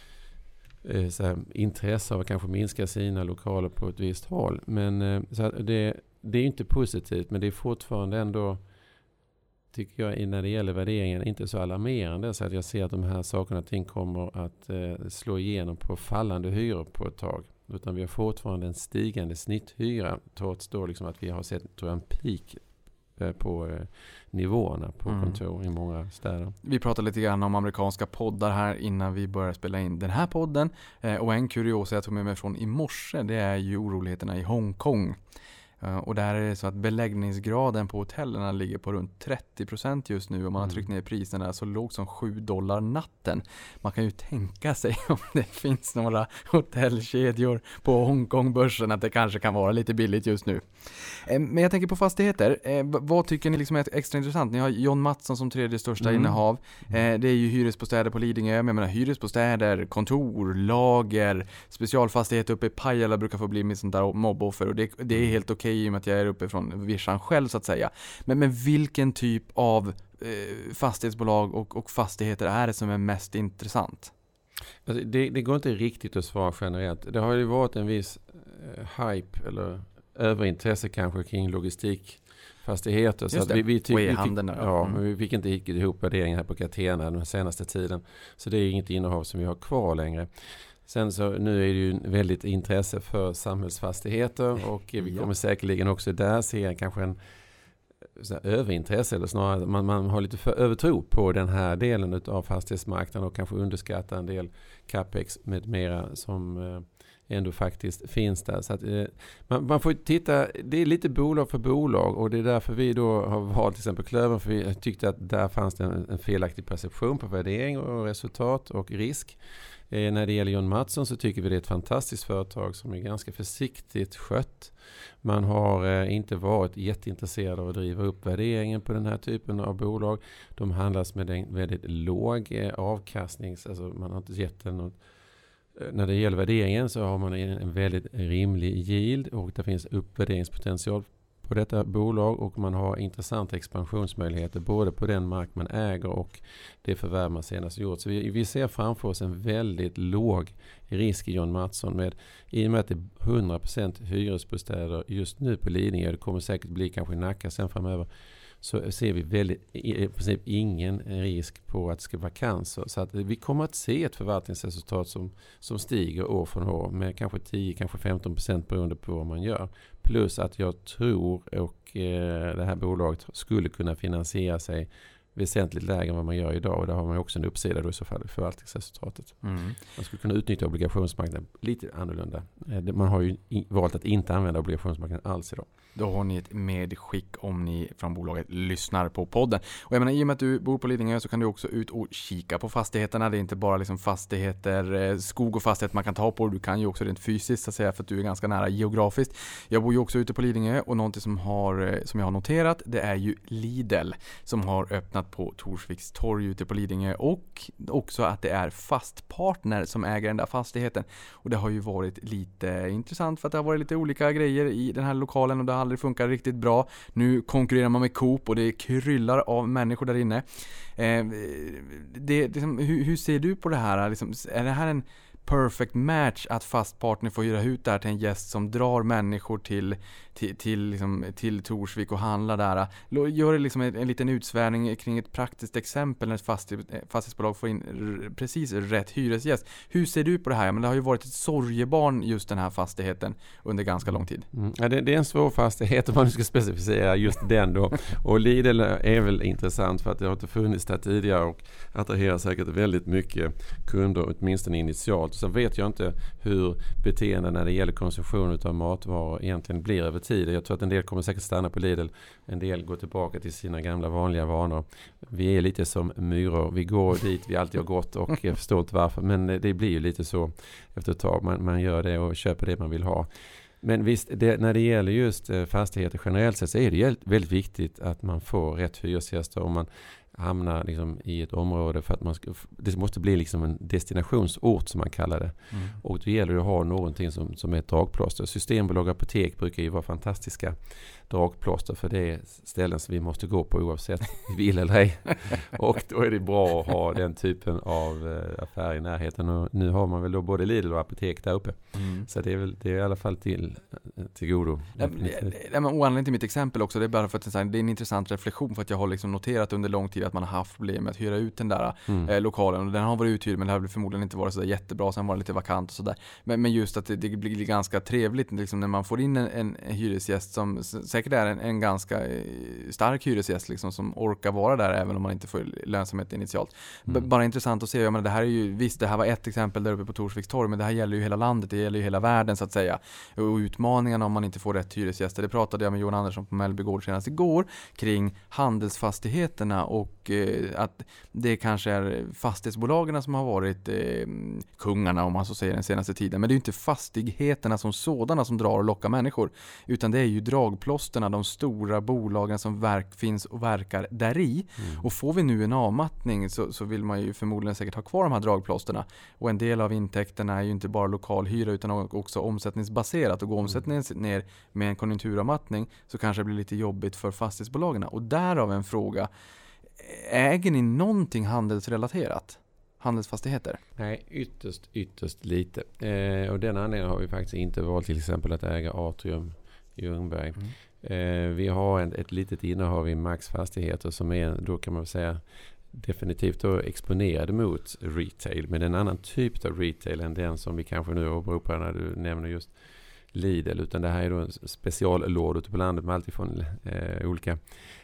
intresse av att kanske minska sina lokaler på ett visst håll. Men så att det är inte positivt, men det är fortfarande ändå, tycker jag, när det gäller värderingen inte så alarmerande, så att jag ser att de här sakerna och ting kommer att slå igenom på fallande hyror på ett tag. Utan vi har fortfarande en stigande snitthyra, trots då liksom att vi har sett, tror jag, en peak på nivåerna på kontor i många städer. Vi pratade lite grann om amerikanska poddar här innan vi började spela in den här podden. Och en kuriosa jag tog med mig från i morse, det är ju oroligheterna i Hongkong. Och där är det så att beläggningsgraden på hotellerna ligger på runt 30% just nu, och man har tryckt ner priserna så lågt som $7 natten. Man kan ju tänka sig om det finns några hotellkedjor på Hongkongbörsen att det kanske kan vara lite billigt just nu. Men jag tänker på fastigheter. Vad tycker ni liksom är extra intressant? Ni har John Mattsson som tredje största innehav. Det är ju hyresbostäder på Lidingö. Jag menar hyresbostäder, kontor, lager, specialfastighet uppe i Pajala brukar få bli med sånt där mobboffer, och det är helt okej i och med att jag är uppe från Vischan själv så att säga. Men vilken typ av fastighetsbolag och fastigheter är det som är mest intressant? Alltså det går inte riktigt att svara generellt. Det har ju varit en viss hype eller överintresse kanske kring logistikfastigheter. Så att vi fick inte ihop värderingen här på Catena den senaste tiden. Så det är inget innehav som vi har kvar längre. Sen så nu är det ju väldigt intresse för samhällsfastigheter, och vi kommer säkerligen också där se kanske en överintresse, eller snarare man har lite för övertro på den här delen av fastighetsmarknaden och kanske underskattar en del capex med mera som ändå faktiskt finns där. Så att, man får titta, det är lite bolag för bolag, och det är därför vi då har valt till exempel Klövern, för vi tyckte att där fanns det en felaktig perception på värdering och resultat och risk. När det gäller John Mattsson så tycker vi det är ett fantastiskt företag som är ganska försiktigt skött. Man har inte varit jätteintresserad av att driva upp värderingen på den här typen av bolag. De handlas med en väldigt låg avkastning, alltså man har inte gett den något. När det gäller värderingen så har man en väldigt rimlig yield, och det finns uppvärderingspotential på detta bolag, och man har intressanta expansionsmöjligheter både på den mark man äger och det förvärv man senast gjort. Så vi ser framför oss en väldigt låg risk i John Mattsson, i och med att det är 100% hyresbostäder just nu på Lidingö. Det kommer säkert bli kanske Nacka sen framöver. Så ser vi i princip ingen risk på att det ska vakanser. Så att vi kommer att se ett förvaltningsresultat som stiger år från år med kanske 10, kanske 15% beroende på vad man gör. Plus att jag tror och det här bolaget skulle kunna finansiera sig väsentligt lägre än vad man gör idag, och där har man också en uppsida då i så fall i förvaltningsresultatet. Man skulle kunna utnyttja obligationsmarknaden lite annorlunda. Man har ju valt att inte använda obligationsmarknaden alls idag. Då har ni ett medskick om ni från bolaget lyssnar på podden. Och jag menar, i och med att du bor på Lidingö så kan du också ut och kika på fastigheterna. Det är inte bara liksom fastigheter, skog och fastighet man kan ta på. Du kan ju också rent fysiskt, så att säga, för att du är ganska nära geografiskt. Jag bor ju också ute på Lidingö, och någonting som jag har noterat, det är ju Lidl som har öppnat på Torsviks torg ute på Lidingö, och också att det är Fastpartner som äger den där fastigheten. Och det har ju varit lite intressant för att det har varit lite olika grejer i den här lokalen, och det har aldrig funkat riktigt bra. Nu konkurrerar man med Coop, och det kryllar av människor där inne. Hur ser du på det här? Liksom, är det här en perfect match att Fastpartner får hyra ut det här till en gäst som drar människor till Torsvik och handla där. Gör det liksom en liten utsvärning kring ett praktiskt exempel när ett fastighetsbolag får in precis rätt hyresgäst. Hur ser du på det här? Men det har ju varit ett sorgebarn just den här fastigheten under ganska lång tid. Ja, det är en svår fastighet om man ska specificera just den då. Och Lidl är väl intressant för att det har inte funnits där tidigare och attraherar säkert väldigt mycket kunder, åtminstone initialt. Så vet jag inte hur beteenden när det gäller konsumtion av matvaror egentligen blir över tid. Jag tror att en del kommer säkert stanna på Lidl, en del går tillbaka till sina gamla vanliga vanor. Vi är lite som myror, vi går dit vi alltid har gått och jag förstår inte varför, men det blir ju lite så efter ett tag. Man gör det och köper det man vill ha. Men visst, när det gäller just fastigheter generellt sett så är det väldigt viktigt att man får rätt hyresgäster om man hamnar liksom i ett område för att det måste bli liksom en destinationsort som man kallar det. Och då gäller det att ha någonting som är ett dragplåster. Systembolag och apotek brukar ju vara fantastiska dragplåster för det är ställen som vi måste gå på oavsett vi vill eller ej. Och då är det bra att ha den typen av affär i närheten. Och nu har man väl då både Lidl och apotek där uppe. Så det är i alla fall till godo. Oanledningen till mitt exempel också, det är bara för att det är en intressant reflektion för att jag har liksom noterat under lång tid att man har haft problem med att hyra ut den där lokalen. Och den har varit uthyrd men det har förmodligen inte varit så jättebra, sen var det lite vakant och sådär. Men just att det blir ganska trevligt liksom, när man får in en hyresgäst som säkert är en ganska stark hyresgäst liksom, som orkar vara där även om man inte får lönsamhet initialt. Bara intressant att se, det här är ju, visst det här var ett exempel där uppe på Torsviks torg, men det här gäller ju hela landet, det gäller ju hela världen så att säga. Och utmaningarna om man inte får rätt hyresgäster, det pratade jag med Johan Andersson på Mellby gård senast igår kring handelsfastigheterna och att det kanske är fastighetsbolagen som har varit kungarna om man så säger den senaste tiden, men det är ju inte fastigheterna som sådana som drar och lockar människor, utan det är ju dragplåsterna, de stora bolagen som finns och verkar där i. Och får vi nu en avmattning så vill man ju förmodligen säkert ha kvar de här dragplåsterna, och en del av intäkterna är ju inte bara lokalhyra utan också omsättningsbaserat, och går omsättningen ner med en konjunkturavmattning så kanske det blir lite jobbigt för fastighetsbolagen. Och därav en fråga: äger ni någonting handelsrelaterat? Handelsfastigheter? Nej, ytterst lite. Och den anledningen har vi faktiskt inte valt till exempel att äga Atrium i Ljungberg. Vi har ett litet innehav i Max fastigheter som är, då kan man säga, definitivt då exponerade mot retail, men en annan typ av retail än den som vi kanske nu åberopar när du nämner just Lidl, utan det här är då en speciallåda ute på landet med allt ifrån olika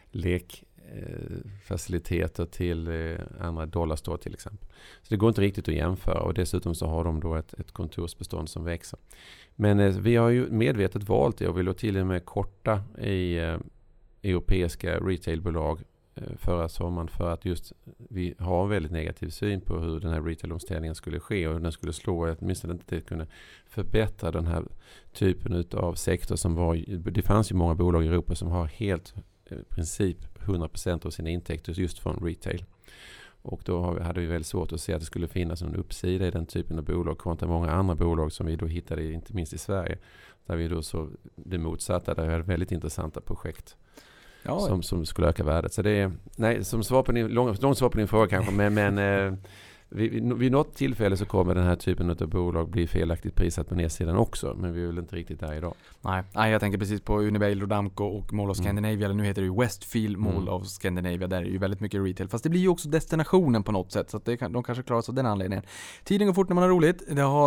lekfaciliteter till andra dollarstore till exempel. Så det går inte riktigt att jämföra, och dessutom så har de då ett kontorsbestånd som växer. Men vi har ju medvetet valt det och vi låg till och med korta i europeiska retailbolag förra sommaren för att just vi har en väldigt negativ syn på hur den här retailomställningen skulle ske och hur den skulle slå, åtminstone inte kunna förbättra den här typen av sektor som var. Det fanns ju många bolag i Europa som har helt i princip 100% av sina intäkter just från retail. Och då hade vi väldigt svårt att se att det skulle finnas en uppsida i den typen av bolag kontra många andra bolag som vi då hittade inte minst i Sverige. Där vi då så det motsatta, där vi hade väldigt intressanta projekt. Ja. Som skulle öka värdet. Så det är, nej, som svar på din, långt svar på din fråga kanske, men vid något tillfälle så kommer den här typen av bolag bli felaktigt prissatt på nedsidan också, men vi är väl inte riktigt där idag. Nej, jag tänker precis på Unibail, Rodamco och Mall of Scandinavia, eller nu heter det ju Westfield Mall of Scandinavia, där är ju väldigt mycket retail, fast det blir ju också destinationen på något sätt, så att de kanske klarar sig av den anledningen. Tiden går fort när man har roligt.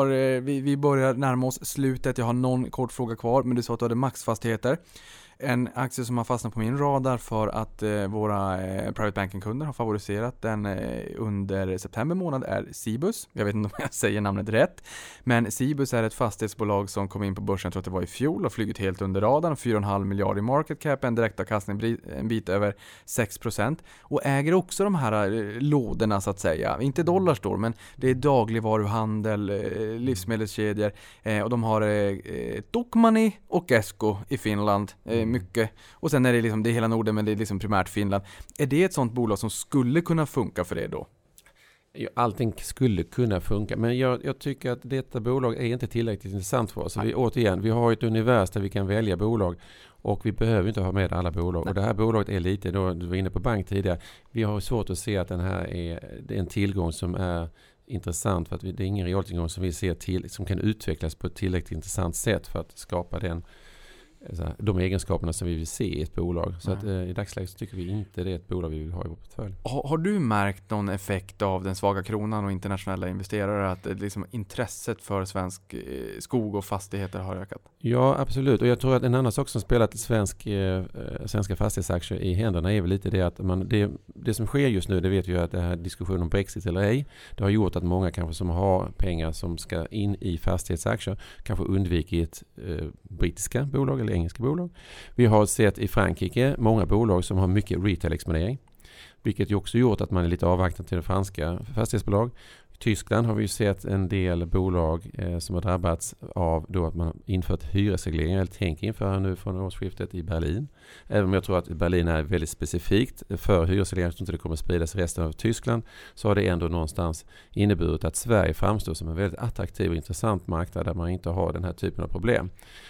Vi börjar närma oss slutet, jag har någon kort fråga kvar, men du sa att du hade Max-fastigheter. En aktie som har fastnat på min radar för att våra private banking-kunder har favoriserat den under september månad är Cibus. Jag vet inte om jag säger namnet rätt. Men Cibus är ett fastighetsbolag som kom in på börsen, jag tror att det var i fjol, och flugit helt under radarn. 4,5 miljarder i market cap, en direktavkastning en bit över 6%. Och äger också de här lådorna så att säga. Inte dollarstore, men det är dagligvaruhandel, livsmedelskedjor. Och de har Tokmanni och Esko i Finland. Mycket. Och sen är det liksom, det är hela Norden, men det är liksom primärt Finland. Är det ett sånt bolag som skulle kunna funka för det då? Allting skulle kunna funka, men jag tycker att detta bolag är inte tillräckligt intressant för oss. Så vi har ett univers där vi kan välja bolag och vi behöver inte ha med alla bolag. Nej. Och det här bolaget är lite, då, du var inne på bank tidigare, vi har svårt att se att den här är en tillgång som är intressant för att det är ingen realtillgång som vi ser som kan utvecklas på ett tillräckligt intressant sätt för att skapa de egenskaperna som vi vill se i ett bolag. Så att, i dagsläget så tycker vi inte det är ett bolag vi vill ha i vår portfölj. Har du märkt någon effekt av den svaga kronan och internationella investerare att liksom intresset för svensk skog och fastigheter har ökat? Ja, absolut. Och jag tror att en annan sak som spelat svenska fastighetsaktier i händerna är väl lite det att det som sker just nu, det vet vi ju att det här diskussionen om Brexit eller ej, det har gjort att många kanske som har pengar som ska in i fastighetsaktier kanske undvikit brittiska bolag eller engelska bolag. Vi har sett i Frankrike många bolag som har mycket retail-exponering, vilket ju också gjort att man är lite avvaktande till det franska fastighetsbolag. I Tyskland har vi sett en del bolag som har drabbats av då att man infört hyresregleringar eller tänker införa nu från årsskiftet i Berlin. Även om jag tror att Berlin är väldigt specifikt för hyresregleringar som inte kommer att spridas i resten av Tyskland, så har det ändå någonstans inneburit att Sverige framstår som en väldigt attraktiv och intressant marknad där man inte har den här typen av problem.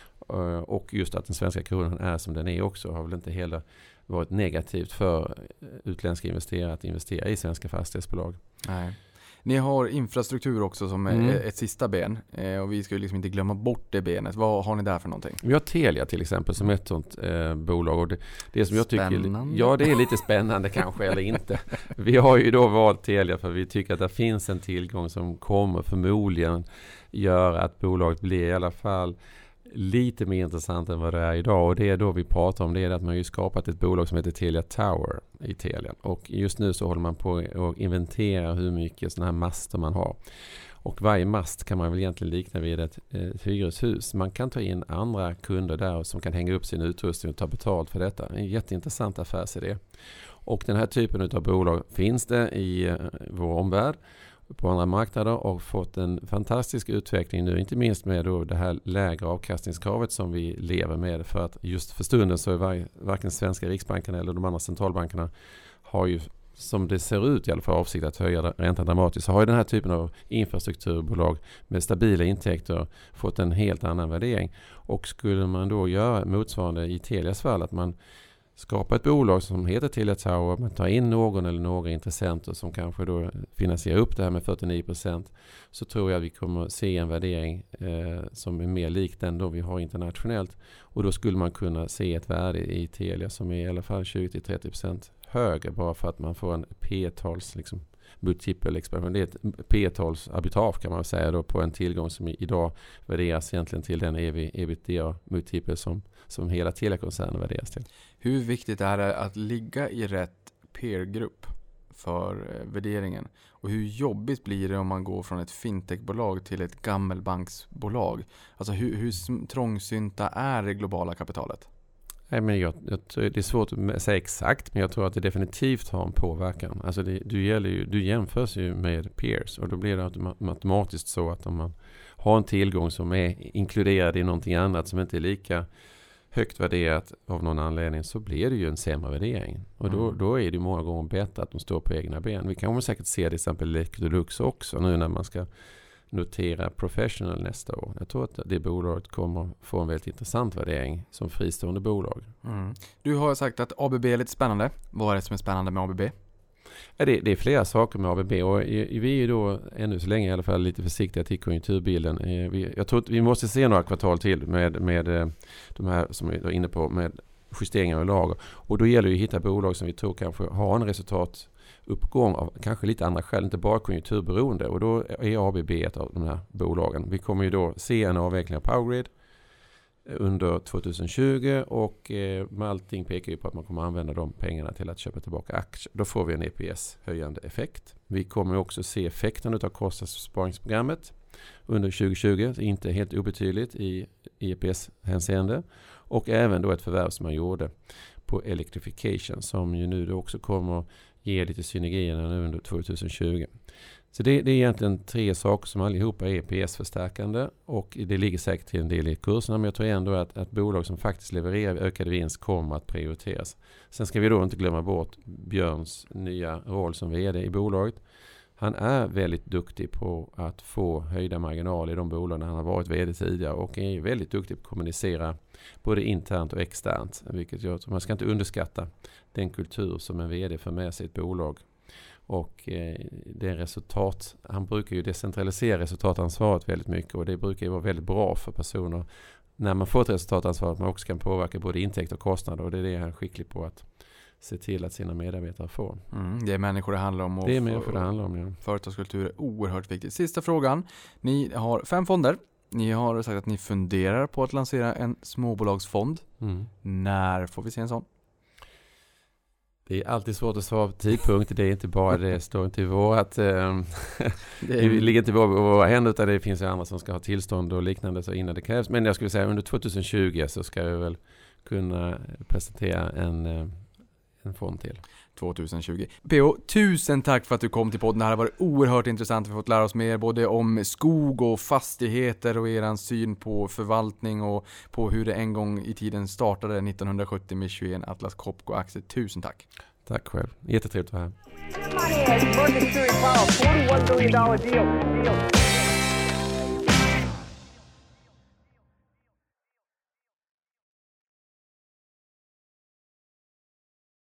Och just att den svenska kronan är som den är också har väl inte heller varit negativt för utländska investerare att investera i svenska fastighetsbolag. Nej. Ni har infrastruktur också som ett sista ben och vi ska ju liksom inte glömma bort det benet. Vad har ni där för någonting? Vi har Telia till exempel som ett sånt bolag och det som jag spännande. Ja, det är lite spännande kanske eller inte. Vi har ju då valt Telia för vi tycker att det finns en tillgång som kommer förmodligen göra att bolaget blir i alla fall lite mer intressant än vad det är idag, och det är då vi pratar om det är att man har ju skapat ett bolag som heter Telia Tower i Telia, och just nu så håller man på att inventera hur mycket sådana här master man har, och varje mast kan man väl egentligen likna vid ett hyreshus. Man kan ta in andra kunder där som kan hänga upp sin utrustning och ta betalt för detta. En jätteintressant affärsidé, och den här typen av bolag finns det i vår omvärld på andra marknader och fått en fantastisk utveckling nu, inte minst med då det här lägre avkastningskravet som vi lever med, för att just för stunden så är varken svenska Riksbanken eller de andra centralbankerna har ju, som det ser ut i alla fall, avsikt att höja räntan dramatiskt. Så har ju den här typen av infrastrukturbolag med stabila intäkter fått en helt annan värdering, och skulle man då göra motsvarande i Telias fall, att man skapa ett bolag som heter Telia Tower, man tar in någon eller några intressenter som kanske då finansierar upp det här med 49%, så tror jag vi kommer se en värdering som är mer lik den då vi har internationellt, och då skulle man kunna se ett värde i Telia som är i alla fall 20-30% högre, bara för att man får en P-tals liksom multipel expansion. Det är ett P-tals arbitrage kan man säga då på en tillgång som idag värderas egentligen till den EBITDA multipel som hela Telia-koncernen värderas till. Hur viktigt är det att ligga i rätt peer-grupp för värderingen? Och hur jobbigt blir det om man går från ett fintechbolag till ett gammelbanksbolag? Alltså hur trångsynta är det globala kapitalet? Nej, men det är svårt att säga exakt, men jag tror att det definitivt har en påverkan. Alltså du jämförs ju med peers, och då blir det automatiskt så att om man har en tillgång som är inkluderad i någonting annat som inte är lika högt värderat av någon anledning, så blir det ju en sämre värdering. Och då är det många gånger bättre att de står på egna ben. Vi kan säkert se till exempel Electrolux också nu när man ska notera Professional nästa år. Jag tror att det bolaget kommer få en väldigt intressant värdering som fristående bolag. Mm. Du har sagt att ABB är lite spännande. Vad är det som är spännande med ABB? Ja, det är flera saker med ABB, och vi är ju då ännu så länge i alla fall lite försiktiga till konjunkturbilden. Jag tror att vi måste se några kvartal till med de här som vi är inne på med justeringar och lager, och då gäller det att hitta bolag som vi tror kanske har en resultatuppgång av kanske lite andra skäl, inte bara konjunkturberoende, och då är ABB ett av de här bolagen. Vi kommer ju då se en avveckling av Powergrid under 2020, och allting pekar ju på att man kommer använda de pengarna till att köpa tillbaka aktier. Då får vi en EPS-höjande effekt. Vi kommer också se effekten av kostnadsbesparingsprogrammet under 2020, inte helt obetydligt i EPS-hänseende, och även då ett förvärv som man gjorde på Electrification som ju nu då också kommer ge lite synergierna nu under 2020. Så det är egentligen tre saker som allihopa är EPS-förstärkande, och det ligger säkert till en del i kurserna, men jag tror ändå att bolag som faktiskt levererar ökad vinst kommer att prioriteras. Sen ska vi då inte glömma bort Björns nya roll som vd i bolaget. Han är väldigt duktig på att få höjda marginaler i de bolagen han har varit vd tidigare, och är väldigt duktig på att kommunicera både internt och externt, vilket jag tror man ska inte underskatta den kultur som en vd för med sig ett bolag. Och det resultat, han brukar ju decentralisera resultatansvaret väldigt mycket, och det brukar ju vara väldigt bra för personer när man får ett resultatansvar att man också kan påverka både intäkt och kostnader, och det är det han är skicklig på att se till att sina medarbetare får. Det är människor det handlar om. Och det är människor det handlar om, ja. Företagskultur är oerhört viktigt. Sista frågan. Ni har 5 fonder. Ni har sagt att ni funderar på att lansera en småbolagsfond. När får vi se en sån? Det är alltid svårt att svara på tidpunkt. Det är inte bara det, står inte i vårat det ligger inte i våra händer, utan det finns andra som ska ha tillstånd och liknande så innan det krävs. Men jag skulle säga under 2020 så ska jag väl kunna presentera en fond till. 2020. P.O., tusen tack för att du kom till podden. Det här har varit oerhört intressant. Vi har fått lära oss mer både om skog och fastigheter och er syn på förvaltning och på hur det en gång i tiden startade 1970 med 21 Atlas Copco-aktier. Tusen tack. Tack själv. Jättetrevligt att vara här. Money, Mercury Power, $41 billion deal.